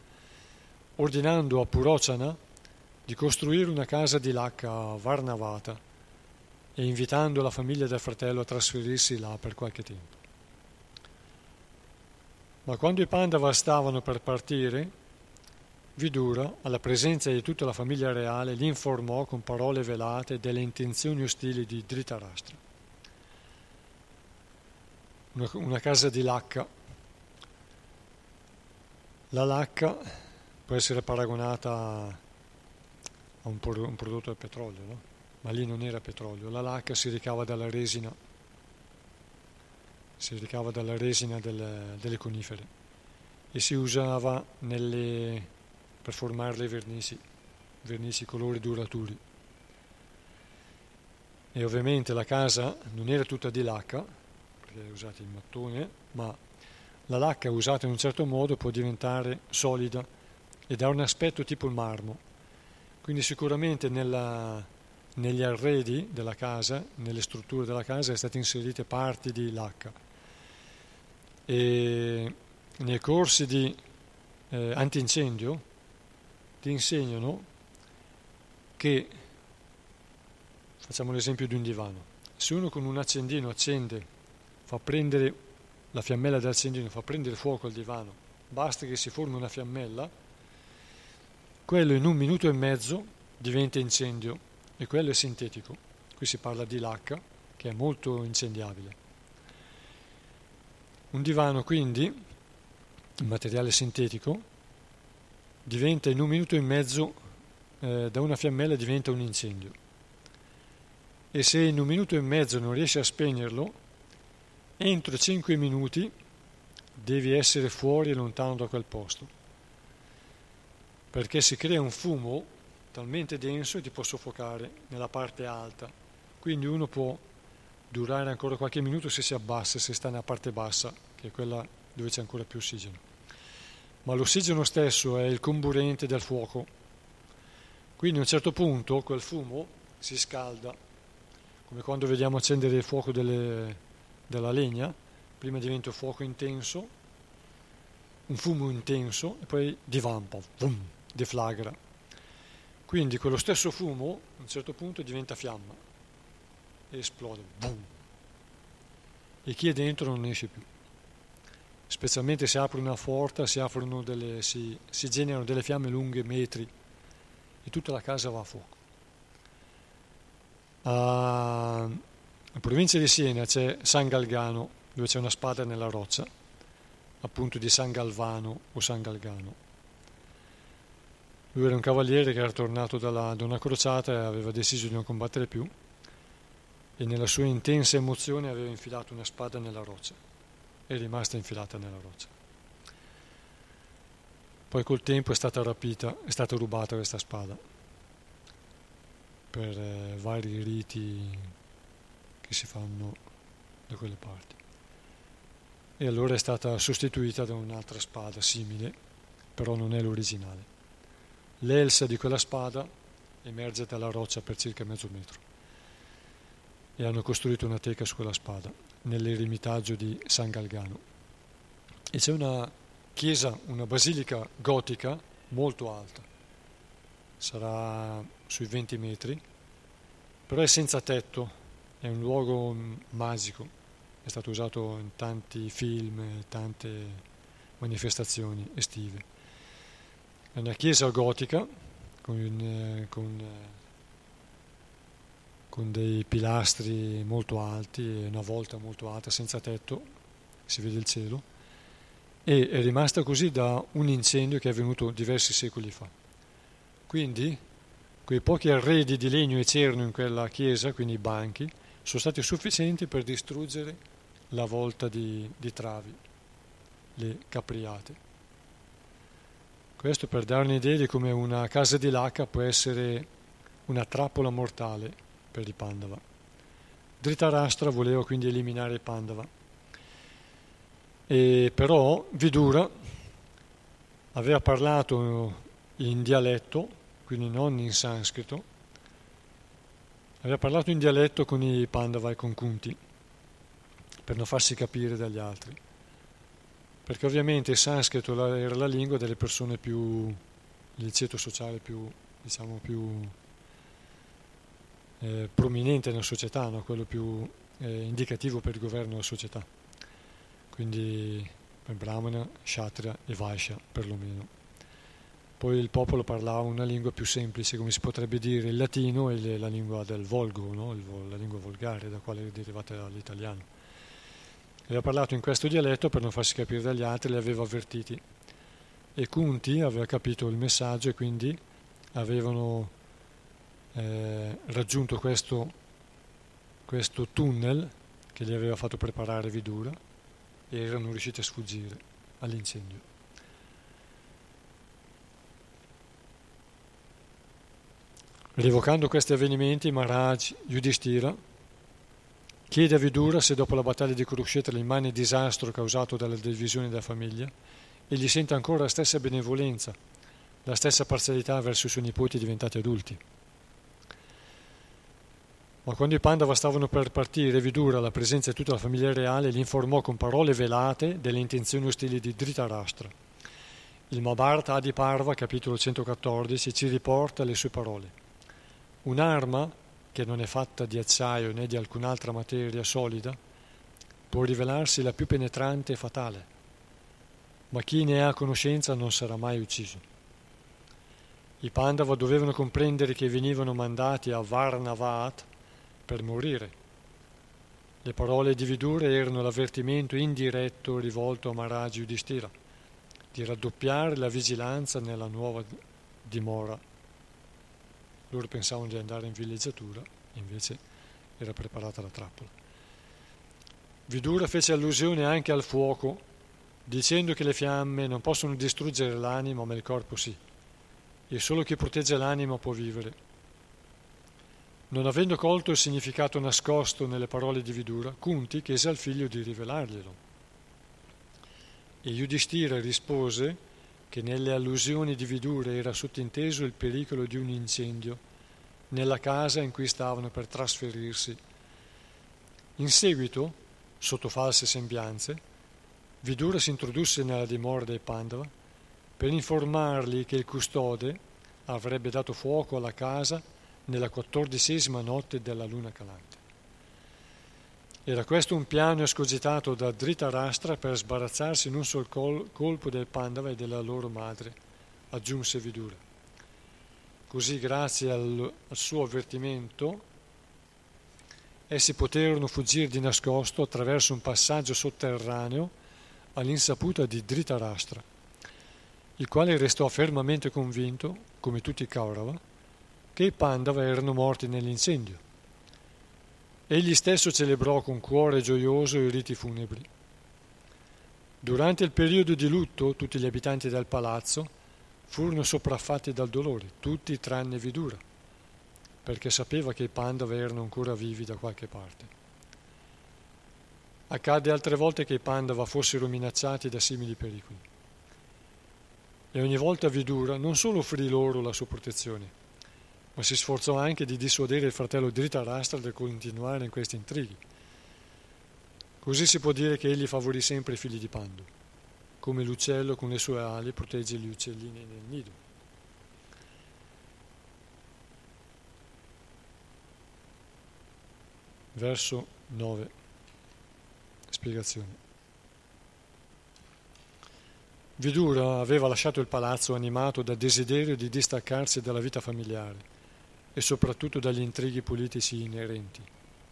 ordinando a Purochana di costruire una casa di lacca a Varnavata e invitando la famiglia del fratello a trasferirsi là per qualche tempo. Ma quando i Pandava stavano per partire, Vidura, alla presenza di tutta la famiglia reale, li informò con parole velate delle intenzioni ostili di Dhritarashtra. Una casa di lacca. La lacca può essere paragonata a un prodotto del petrolio, no? Ma lì non era petrolio. La lacca si ricava dalla resina, delle conifere e si usava per formare le vernici colori duraturi. E ovviamente la casa non era tutta di lacca, perché è usata in mattone, ma la lacca usata in un certo modo può diventare solida e dà un aspetto tipo il marmo. Quindi sicuramente negli arredi della casa, nelle strutture della casa, è state inserite parti di lacca. E nei corsi di antincendio ti insegnano che, facciamo l'esempio di un divano, se uno con un accendino accende, fa prendere la fiammella dell'accendino, fa prendere fuoco al divano, basta che si formi una fiammella, quello in 1 minuto e mezzo diventa incendio e quello è sintetico. Qui si parla di lacca, che è molto incendiabile. Un divano quindi, un materiale sintetico, diventa in 1 minuto e mezzo, da una fiammella diventa un incendio. E se in 1 minuto e mezzo non riesci a spegnerlo, entro 5 minuti devi essere fuori e lontano da quel posto, perché si crea un fumo talmente denso che ti può soffocare nella parte alta. Quindi uno può durare ancora qualche minuto se si abbassa, se sta nella parte bassa, che è quella dove c'è ancora più ossigeno. Ma l'ossigeno stesso è il comburente del fuoco. Quindi a un certo punto quel fumo si scalda, come quando vediamo accendere il fuoco della legna. Prima diventa un fuoco intenso, un fumo intenso, e poi divampa, deflagra. Quindi quello stesso fumo a un certo punto diventa fiamma e esplode, boom, e chi è dentro non esce più. Specialmente se apre una porta, si generano delle fiamme lunghe metri e tutta la casa va a fuoco. In provincia di Siena c'è San Galgano, dove c'è una spada nella roccia, appunto di San Galvano o San Galgano. Lui era un cavaliere che era tornato da una crociata e aveva deciso di non combattere più, e nella sua intensa emozione aveva infilato una spada nella roccia. È rimasta infilata nella roccia. Poi col tempo è stata rubata questa spada per vari riti che si fanno da quelle parti. E allora è stata sostituita da un'altra spada simile, però non è l'originale. L'elsa di quella spada emerge dalla roccia per circa mezzo metro e hanno costruito una teca su quella spada nell'eremitaggio di San Galgano. E c'è una chiesa, una basilica gotica molto alta, sarà sui 20 metri, però è senza tetto, è un luogo magico, è stato usato in tanti film, tante manifestazioni estive. È una chiesa gotica con dei pilastri molto alti e una volta molto alta, senza tetto, si vede il cielo, e è rimasta così da un incendio che è avvenuto diversi secoli fa. Quindi quei pochi arredi di legno e cerno in quella chiesa, quindi i banchi, sono stati sufficienti per distruggere la volta di travi, le capriate. Questo per dare un'idea di come una casa di lacca può essere una trappola mortale per i Pandava. Dhritarashtra voleva quindi eliminare i Pandava, e però Vidura aveva parlato in dialetto, quindi non in sanscrito, aveva parlato in dialetto con i Pandava e con Kunti per non farsi capire dagli altri, perché ovviamente il sanscrito era la lingua delle persone più, il ceto sociale più, diciamo, più prominente nella società, no? Quello più indicativo per il governo della società, quindi per Brahmana, Kshatriya e Vaishya perlomeno. Poi il popolo parlava una lingua più semplice, come si potrebbe dire il latino e la lingua del volgo, no? La lingua volgare, da quale è derivata l'italiano. Aveva parlato in questo dialetto per non farsi capire dagli altri, li aveva avvertiti. E Kunti aveva capito il messaggio e quindi avevano raggiunto questo tunnel che gli aveva fatto preparare Vidura e erano riusciti a sfuggire all'incendio. Rievocando questi avvenimenti, Maharaj Yudhishthira chiede a Vidura se dopo la battaglia di Kurukshetra, l'immane disastro causato dalla divisione della famiglia, egli sente ancora la stessa benevolenza, la stessa parzialità verso i suoi nipoti diventati adulti. Ma quando i Pandava stavano per partire, Vidura, alla presenza di tutta la famiglia reale, gli informò con parole velate delle intenzioni ostili di Dhritarashtra. Il Mahabharata Adi Parva, capitolo 114, ci riporta le sue parole. Un'arma che non è fatta di acciaio né di alcun'altra materia solida può rivelarsi la più penetrante e fatale, ma chi ne ha conoscenza non sarà mai ucciso. I Pandava dovevano comprendere che venivano mandati a Varnavaat per morire. Le parole di Vidura erano l'avvertimento indiretto rivolto a Maharaj Yudhishthira di raddoppiare la vigilanza nella nuova dimora. Loro pensavano di andare in villeggiatura, invece era preparata la trappola. Vidura fece allusione anche al fuoco, dicendo che le fiamme non possono distruggere l'anima, ma il corpo sì, e solo chi protegge l'anima può vivere. Non avendo colto il significato nascosto nelle parole di Vidura, Kunti chiese al figlio di rivelarglielo. E Yudhishthira rispose che nelle allusioni di Vidura era sottinteso il pericolo di un incendio nella casa in cui stavano per trasferirsi. In seguito, sotto false sembianze, Vidura si introdusse nella dimora dei Pandava per informarli che il custode avrebbe dato fuoco alla casa nella 14ª notte della luna calante. Era questo un piano escogitato da Dhritarashtra per sbarazzarsi in un sol colpo del Pandava e della loro madre, aggiunse Vidura. Così, grazie al suo avvertimento, essi poterono fuggire di nascosto attraverso un passaggio sotterraneo all'insaputa di Dhritarashtra, il quale restò fermamente convinto, come tutti i Kaurava, che i Pandava erano morti nell'incendio. Egli stesso celebrò con cuore gioioso i riti funebri. Durante il periodo di lutto, tutti gli abitanti del palazzo furono sopraffatti dal dolore, tutti tranne Vidura, perché sapeva che i Pandava erano ancora vivi da qualche parte. Accadde altre volte che i Pandava fossero minacciati da simili pericoli. E ogni volta Vidura non solo offrì loro la sua protezione, ma si sforzò anche di dissuadere il fratello Dhritarashtra da continuare in questi intrighi. Così si può dire che egli favorì sempre i figli di Pandu, come l'uccello con le sue ali protegge gli uccellini nel nido. Verso 9. Spiegazione. Vidura aveva lasciato il palazzo animato dal desiderio di distaccarsi dalla vita familiare e soprattutto dagli intrighi politici inerenti.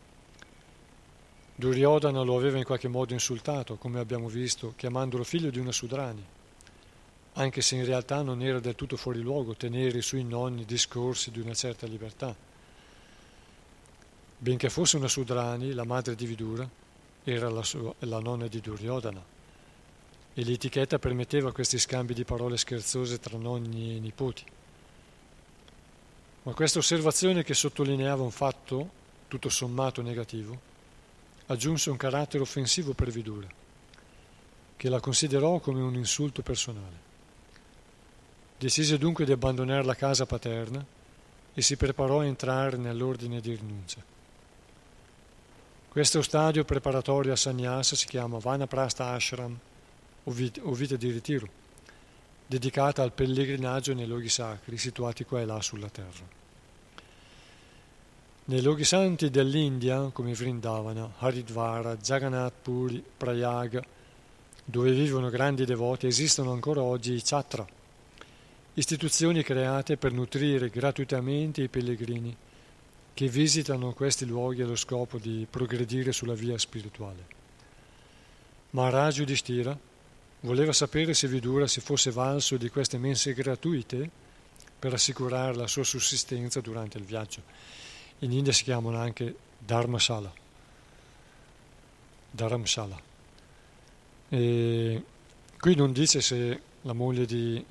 Duryodhana lo aveva in qualche modo insultato, come abbiamo visto, chiamandolo figlio di una Sudrani, anche se in realtà non era del tutto fuori luogo tenere i suoi nonni discorsi di una certa libertà. Benché fosse una Sudrani, la madre di Vidura era la nonna di Duryodhana, e l'etichetta permetteva questi scambi di parole scherzose tra nonni e nipoti. Ma questa osservazione, che sottolineava un fatto tutto sommato negativo, aggiunse un carattere offensivo per Vidura, che la considerò come un insulto personale. Decise dunque di abbandonare la casa paterna e si preparò a entrare nell'ordine di rinuncia. Questo stadio preparatorio a sannyasa si chiama Vanaprastha Ashram o vita di ritiro, dedicata al pellegrinaggio nei luoghi sacri situati qua e là sulla terra. Nei luoghi santi dell'India, come Vrindavana, Haridvara, Jagannath Puri, Prayaga, dove vivono grandi devoti, esistono ancora oggi i chatra, istituzioni create per nutrire gratuitamente i pellegrini che visitano questi luoghi allo scopo di progredire sulla via spirituale. Maharaj Yudhishthira voleva sapere se Vidura si fosse valso di queste mense gratuite per assicurare la sua sussistenza durante il viaggio. In India si chiamano anche Dharamshala. E qui non dice se la moglie di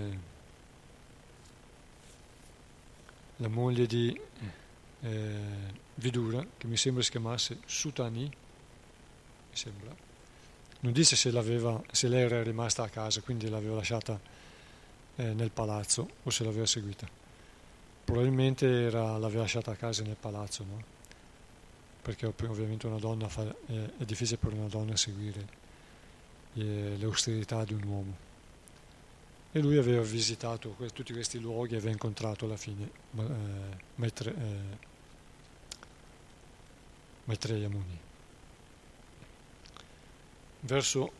Vidura, che mi sembra si chiamasse Sutani, mi sembra, non dice se lei era rimasta a casa, quindi l'aveva lasciata nel palazzo, o se l'aveva seguita. Probabilmente l'aveva lasciata a casa nel palazzo, no? Perché ovviamente una donna è difficile per una donna seguire le austerità di un uomo. E lui aveva visitato tutti questi luoghi e aveva incontrato alla fine Maitreya Muni. Verso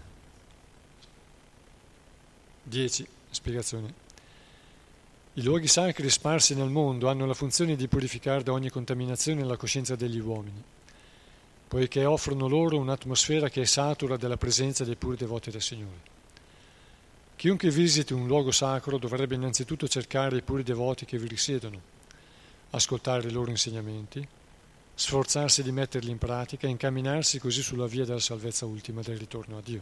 10, spiegazione. I luoghi sacri sparsi nel mondo hanno la funzione di purificare da ogni contaminazione la coscienza degli uomini, poiché offrono loro un'atmosfera che è satura della presenza dei puri devoti del Signore. Chiunque visiti un luogo sacro dovrebbe innanzitutto cercare i puri devoti che vi risiedono, ascoltare i loro insegnamenti, sforzarsi di metterli in pratica e incamminarsi così sulla via della salvezza ultima del ritorno a Dio.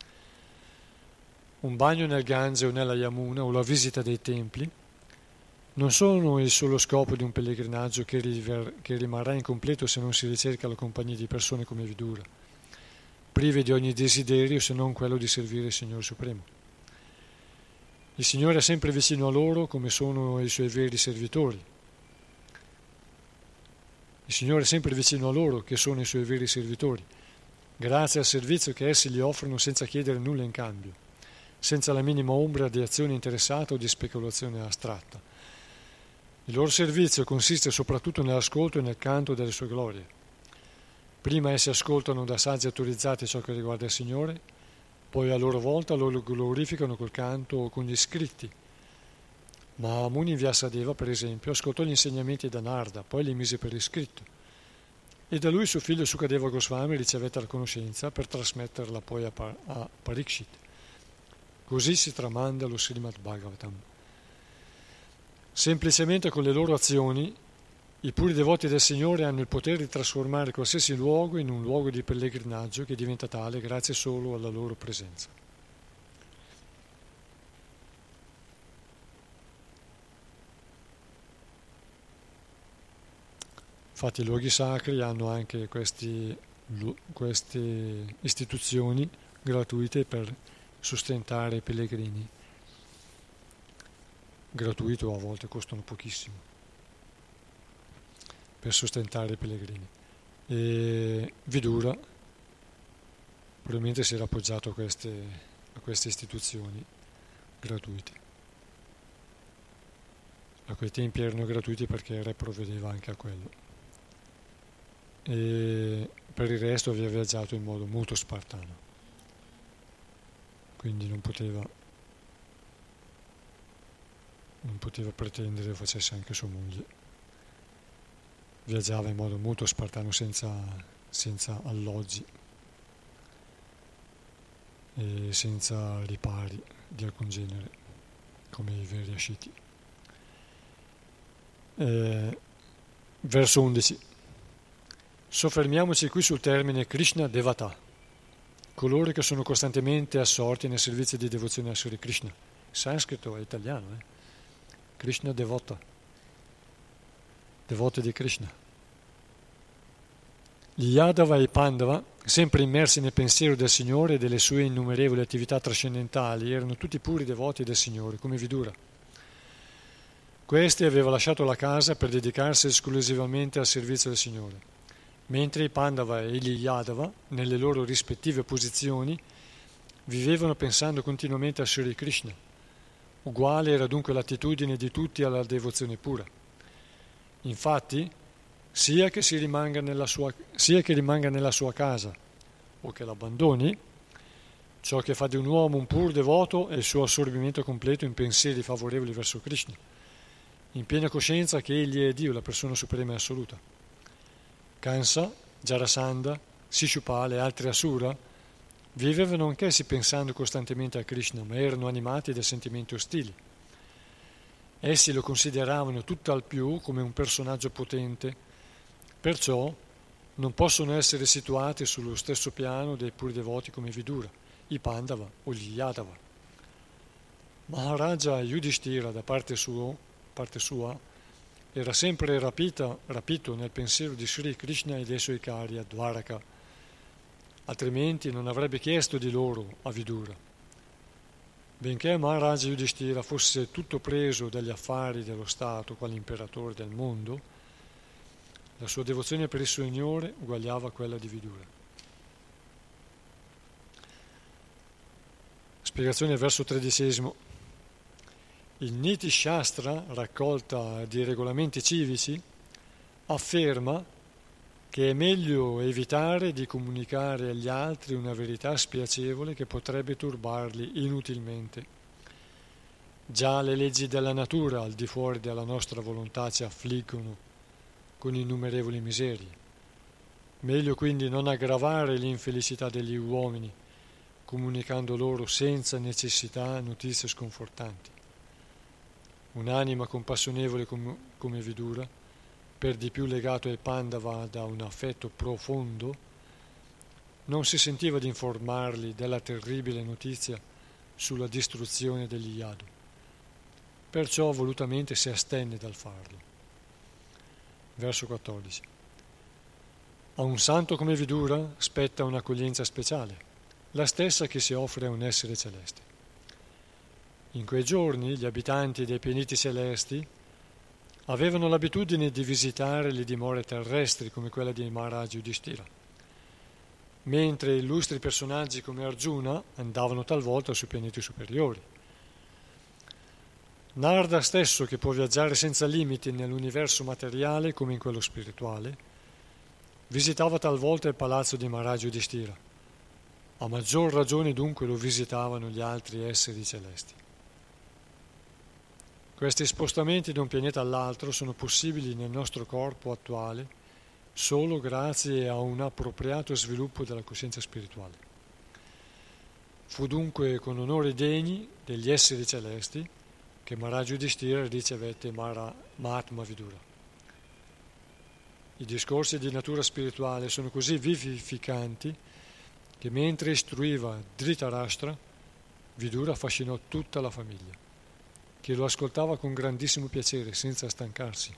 Un bagno nel Gange o nella Yamuna o la visita dei templi non sono il solo scopo di un pellegrinaggio che rimarrà incompleto se non si ricerca la compagnia di persone come Vidura, prive di ogni desiderio se non quello di servire il Signore Supremo. Il Signore è sempre vicino a loro come sono i Suoi veri servitori. Il Signore è sempre vicino a loro che sono i Suoi veri servitori, grazie al servizio che essi gli offrono senza chiedere nulla in cambio, senza la minima ombra di azione interessata o di speculazione astratta. Il loro servizio consiste soprattutto nell'ascolto e nel canto delle sue glorie. Prima essi ascoltano da saggi autorizzati ciò che riguarda il Signore, poi a loro volta lo glorificano col canto o con gli scritti. Mahamuni Vyasadeva, per esempio, ascoltò gli insegnamenti da Narda, poi li mise per iscritto, e da lui suo figlio Sukadeva Goswami ricevette la conoscenza per trasmetterla poi a Parikshit. Così si tramanda lo Srimad Bhagavatam. Semplicemente con le loro azioni i puri devoti del Signore hanno il potere di trasformare qualsiasi luogo in un luogo di pellegrinaggio che diventa tale grazie solo alla loro presenza. Infatti i luoghi sacri hanno anche queste istituzioni gratuite per sostentare i pellegrini. Gratuito, a volte costano pochissimo per sostentare i pellegrini. E Vidura probabilmente si era appoggiato a queste istituzioni gratuite. A quei tempi erano gratuiti perché il re provvedeva anche a quello. E per il resto aveva viaggiato in modo molto spartano, quindi non poteva pretendere facesse anche sua moglie. Viaggiava in modo molto spartano, senza alloggi e senza ripari di alcun genere, come i veri asceti. Verso 11. Soffermiamoci qui sul termine Krishna Devata, coloro che sono costantemente assorti nel servizio di devozione a Sri Krishna. Il sanscrito è italiano, Krishna Devata, devote di Krishna. Gli Yadava e i Pandava, sempre immersi nel pensiero del Signore e delle sue innumerevoli attività trascendentali, erano tutti puri devoti del Signore, come Vidura. Questi aveva lasciato la casa per dedicarsi esclusivamente al servizio del Signore, mentre i Pandava e gli Yadava, nelle loro rispettive posizioni, vivevano pensando continuamente a Sri Krishna. Uguale era dunque l'attitudine di tutti alla devozione pura. Infatti, sia che rimanga nella sua casa o che l'abbandoni, ciò che fa di un uomo un pur devoto è il suo assorbimento completo in pensieri favorevoli verso Krishna, in piena coscienza che egli è Dio, la persona suprema e assoluta. Kansa, Jarasandha, Shishupala e altri asura vivevano anch'essi pensando costantemente a Krishna, ma erano animati da sentimenti ostili. Essi lo consideravano tutt'al più come un personaggio potente, perciò non possono essere situati sullo stesso piano dei puri devoti come Vidura, i Pandava o gli Yadava. Maharaja Yudhishthira, da parte sua, era sempre rapito nel pensiero di Sri Krishna e dei suoi cari a Dwaraka, altrimenti non avrebbe chiesto di loro a Vidura. Benché Maharaja Yudhishthira fosse tutto preso dagli affari dello Stato quale imperatore del mondo, la sua devozione per il Signore uguagliava quella di Vidura. Spiegazione verso 13. Il Niti Shastra, raccolta di regolamenti civici, afferma che è meglio evitare di comunicare agli altri una verità spiacevole che potrebbe turbarli inutilmente. Già le leggi della natura al di fuori della nostra volontà ci affliggono con innumerevoli miserie. Meglio quindi non aggravare l'infelicità degli uomini, comunicando loro senza necessità notizie sconfortanti. Un'anima compassionevole come Vidura, per di più legato ai Pandava da un affetto profondo, non si sentiva di informarli della terribile notizia sulla distruzione degli Yadu. Perciò volutamente si astenne dal farlo. Verso 14. A un santo come Vidura spetta un'accoglienza speciale, la stessa che si offre a un essere celeste. In quei giorni gli abitanti dei pianeti celesti avevano l'abitudine di visitare le dimore terrestri come quella di Maharaja Yudhishthira, mentre illustri personaggi come Arjuna andavano talvolta sui pianeti superiori. Narada stesso, che può viaggiare senza limiti nell'universo materiale come in quello spirituale, visitava talvolta il palazzo di Maharaja Yudhishthira. A maggior ragione dunque lo visitavano gli altri esseri celesti. Questi spostamenti da un pianeta all'altro sono possibili nel nostro corpo attuale solo grazie a un appropriato sviluppo della coscienza spirituale. Fu dunque con onori degni degli esseri celesti che Maharaja Yudhishthira ricevette Mahatma Vidura. I discorsi di natura spirituale sono così vivificanti che mentre istruiva Dhritarashtra, Vidura affascinò tutta la famiglia, che lo ascoltava con grandissimo piacere, senza stancarsi.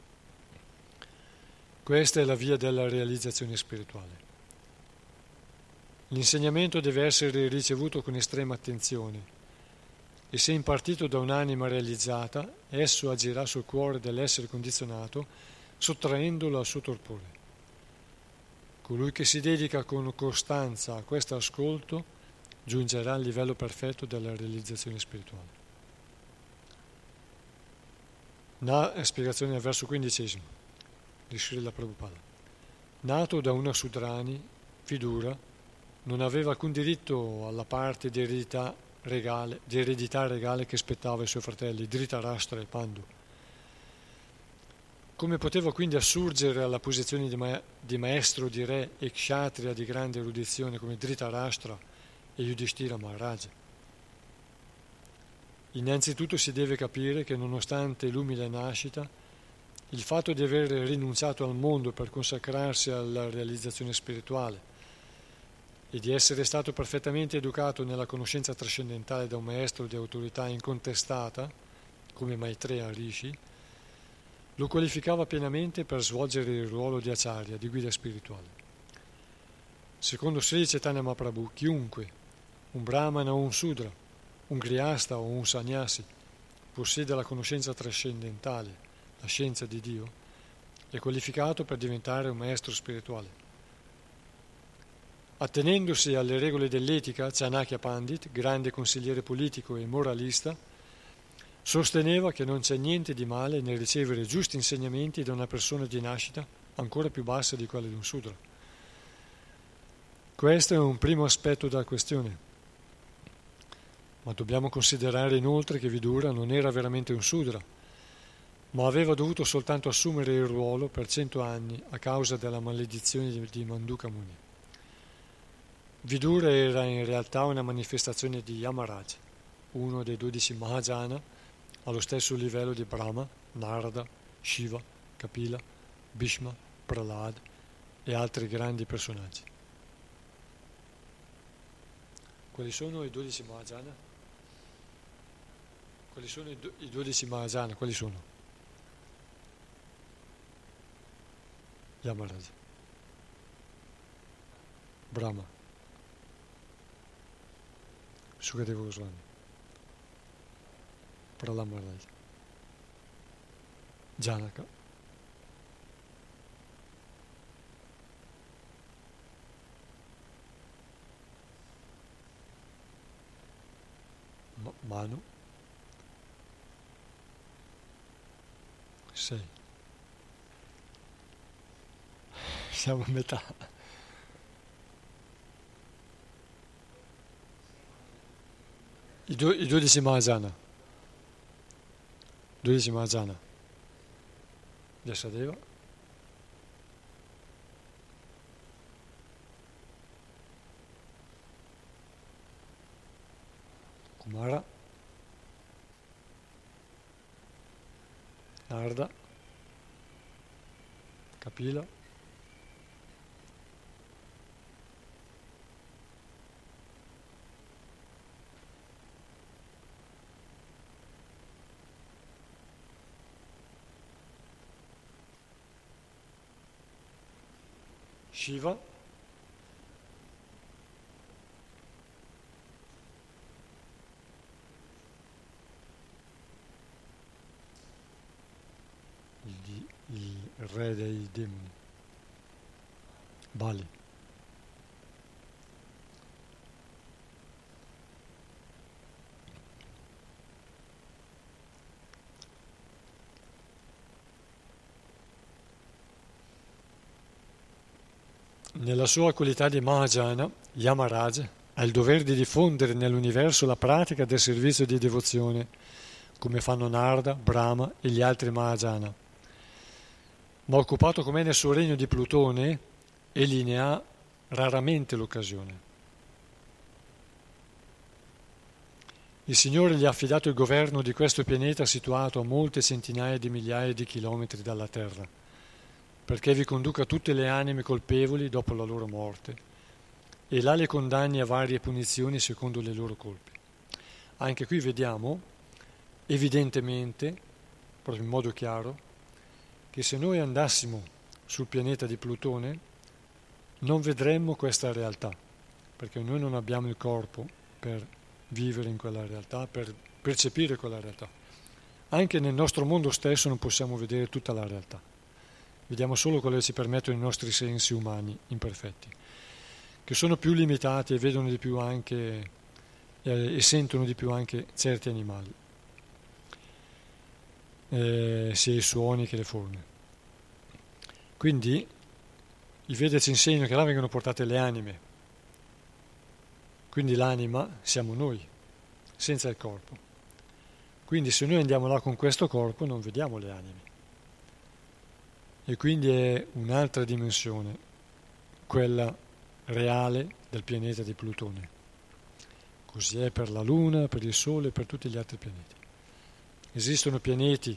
Questa è la via della realizzazione spirituale. L'insegnamento deve essere ricevuto con estrema attenzione e se impartito da un'anima realizzata, esso agirà sul cuore dell'essere condizionato, sottraendolo al suo torpore. Colui che si dedica con costanza a questo ascolto giungerà al livello perfetto della realizzazione spirituale. Spiegazione al verso 15 di Srila Prabhupada. Nato da una Sudrani, Vidura non aveva alcun diritto alla parte di eredità regale che spettava ai suoi fratelli Dhritarashtra e Pandu. Come poteva quindi assurgere alla posizione di maestro di re e kshatriya di grande erudizione come Dhritarashtra e Yudhishthira Maharaja? Innanzitutto si deve capire che nonostante l'umile nascita, il fatto di aver rinunciato al mondo per consacrarsi alla realizzazione spirituale e di essere stato perfettamente educato nella conoscenza trascendentale da un maestro di autorità incontestata, come Maitreya Rishi, lo qualificava pienamente per svolgere il ruolo di acharya, di guida spirituale. Secondo Sri Chaitanya Mahaprabhu, chiunque, un brahmana o un sudra, un grihasta o un sannyasi, possiede la conoscenza trascendentale, la scienza di Dio, è qualificato per diventare un maestro spirituale. Attenendosi alle regole dell'etica, Chanakya Pandit, grande consigliere politico e moralista, sosteneva che non c'è niente di male nel ricevere giusti insegnamenti da una persona di nascita ancora più basse di quelle di un Sudra. Questo è un primo aspetto della questione, ma dobbiamo considerare inoltre che Vidura non era veramente un Sudra, ma aveva dovuto soltanto assumere il ruolo per 100 anni a causa della maledizione di Manduka Muni. Vidura era in realtà una manifestazione di Yamaraj, uno dei 12 Mahajana, allo stesso livello di Brahma, Narada, Shiva, Kapila, Bhishma, Prahlad e altri grandi personaggi. Quali sono i 12 Mahajana? Quali sono i 12 Mahajana? Quali sono? Yamaraj, Brahma, Sukadeva Goswami, Prahlad Maharaj, Janaka, Manu, 6. Siamo a metà. I 12 Mahajana. 12 Mahajana. Vyasadeva, Kumara, Narada, Kapila, Shiva, il re dei demoni, Bali, nella sua qualità di Mahajana, Yamaraj ha il dovere di diffondere nell'universo la pratica del servizio di devozione, come fanno Narada, Brahma e gli altri Mahajana. Ma occupato com'è nel suo regno di Plutone, egli ne ha raramente l'occasione. Il Signore gli ha affidato il governo di questo pianeta situato a molte centinaia di migliaia di chilometri dalla Terra, perché vi conduca tutte le anime colpevoli dopo la loro morte e là le condanni a varie punizioni secondo le loro colpe. Anche qui vediamo evidentemente, proprio in modo chiaro, che se noi andassimo sul pianeta di Plutone non vedremmo questa realtà, perché noi non abbiamo il corpo per vivere in quella realtà, per percepire quella realtà. Anche nel nostro mondo stesso non possiamo vedere tutta la realtà. Vediamo solo quello che ci permettono i nostri sensi umani imperfetti, che sono più limitati e vedono di più anche e sentono di più anche certi animali, sia i suoni che le forme. Quindi i Veda ci insegnano che là vengono portate le anime, quindi l'anima siamo noi, senza il corpo. Quindi se noi andiamo là con questo corpo non vediamo le anime. E quindi è un'altra dimensione, quella reale del pianeta di Plutone. Così è per la Luna, per il Sole e per tutti gli altri pianeti. Esistono pianeti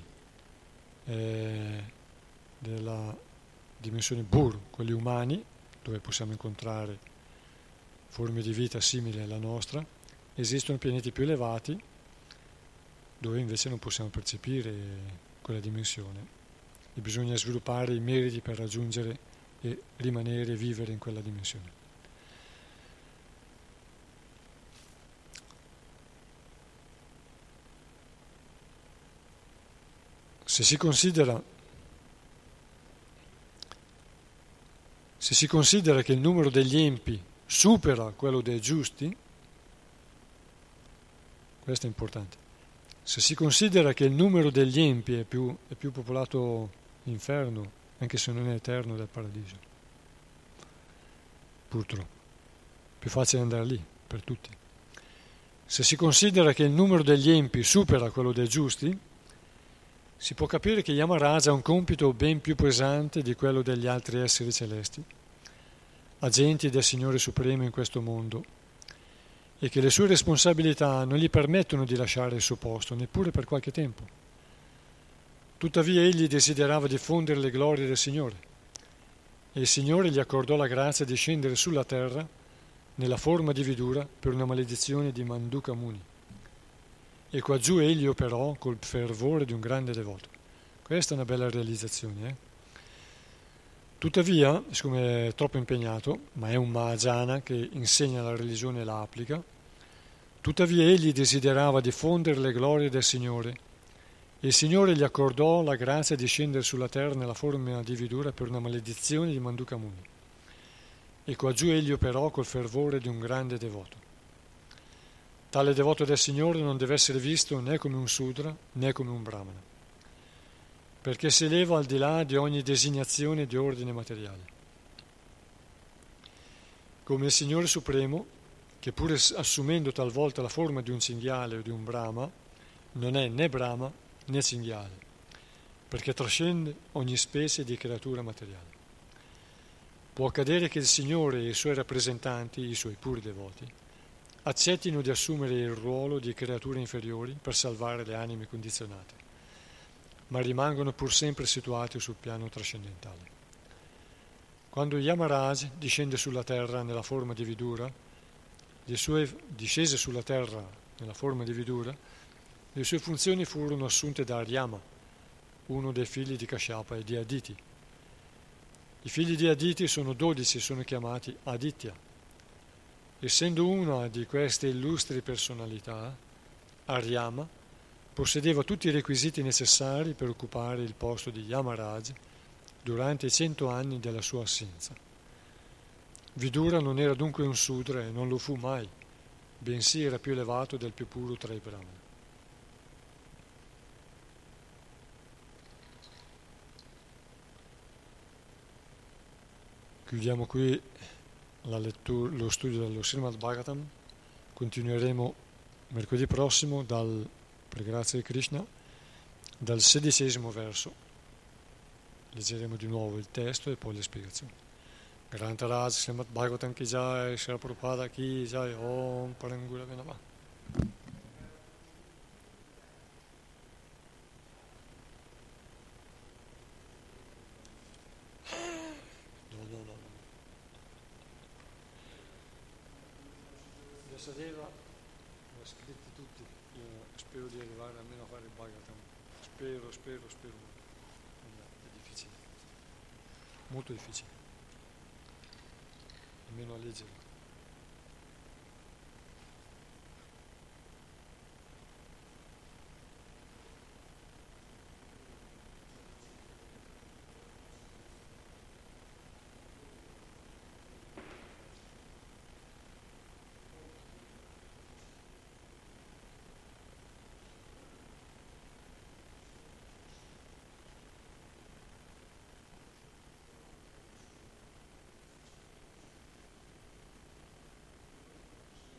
della dimensione Bur, quelli umani, dove possiamo incontrare forme di vita simili alla nostra. Esistono pianeti più elevati, dove invece non possiamo percepire quella dimensione. E bisogna sviluppare i meriti per raggiungere e rimanere e vivere in quella dimensione. Se si considera che il numero degli empi supera quello dei giusti, questo è importante. Se si considera che il numero degli empi è più popolato l'inferno anche se non è eterno, del paradiso. Purtroppo. Più facile andare lì, per tutti. Se si considera che il numero degli empi supera quello dei giusti, si può capire che Yamaraja ha un compito ben più pesante di quello degli altri esseri celesti, agenti del Signore Supremo in questo mondo, e che le sue responsabilità non gli permettono di lasciare il suo posto, neppure per qualche tempo. Tuttavia egli desiderava diffondere le glorie del Signore, e il Signore gli accordò la grazia di scendere sulla terra nella forma di Vidura per una maledizione di Manduka Muni. E qua giù egli operò col fervore di un grande devoto. Questa è una bella realizzazione. Tuttavia, siccome è troppo impegnato, ma è un Mahajana che insegna la religione e la applica, tuttavia egli desiderava diffondere le glorie del Signore, e il Signore gli accordò la grazia di scendere sulla terra nella forma di Vidura per una maledizione di Manduka Muni. E qua giù egli operò col fervore di un grande devoto. Tale devoto del Signore non deve essere visto né come un Sudra né come un Brahmana, perché si eleva al di là di ogni designazione di ordine materiale. Come il Signore Supremo, che pur assumendo talvolta la forma di un cinghiale o di un Brahma, non è né Brahma né cinghiale, perché trascende ogni specie di creatura materiale. Può accadere che il Signore e i suoi rappresentanti, i suoi puri devoti, accettino di assumere il ruolo di creature inferiori per salvare le anime condizionate, ma rimangono pur sempre situati sul piano trascendentale. Quando Yamaraj discende sulla terra nella forma di Vidura, discese sulla terra nella forma di Vidura, le sue funzioni furono assunte da Aryama, uno dei figli di Kashyapa e di Aditi. I figli di Aditi sono 12 e sono chiamati Aditya. Essendo una di queste illustri personalità, Aryama possedeva tutti i requisiti necessari per occupare il posto di Yamaraj durante i 100 anni della sua assenza. Vidura non era dunque un Sudra e non lo fu mai, bensì era più elevato del più puro tra i Brahmana. Chiudiamo qui lo studio dello Srimad Bhagavatam. Continueremo mercoledì prossimo, per grazia di Krishna, dal 16° verso. Leggeremo di nuovo il testo e poi le spiegazioni. Grantaraj Srimad Bhagavatam ki jai, Srila Prabhupada ki jai, Om Parangurave Namah. Sadeva, li ho scritti tutti, io spero di arrivare almeno a fare il Bhagavatam, spero, è difficile, molto difficile, almeno a leggere.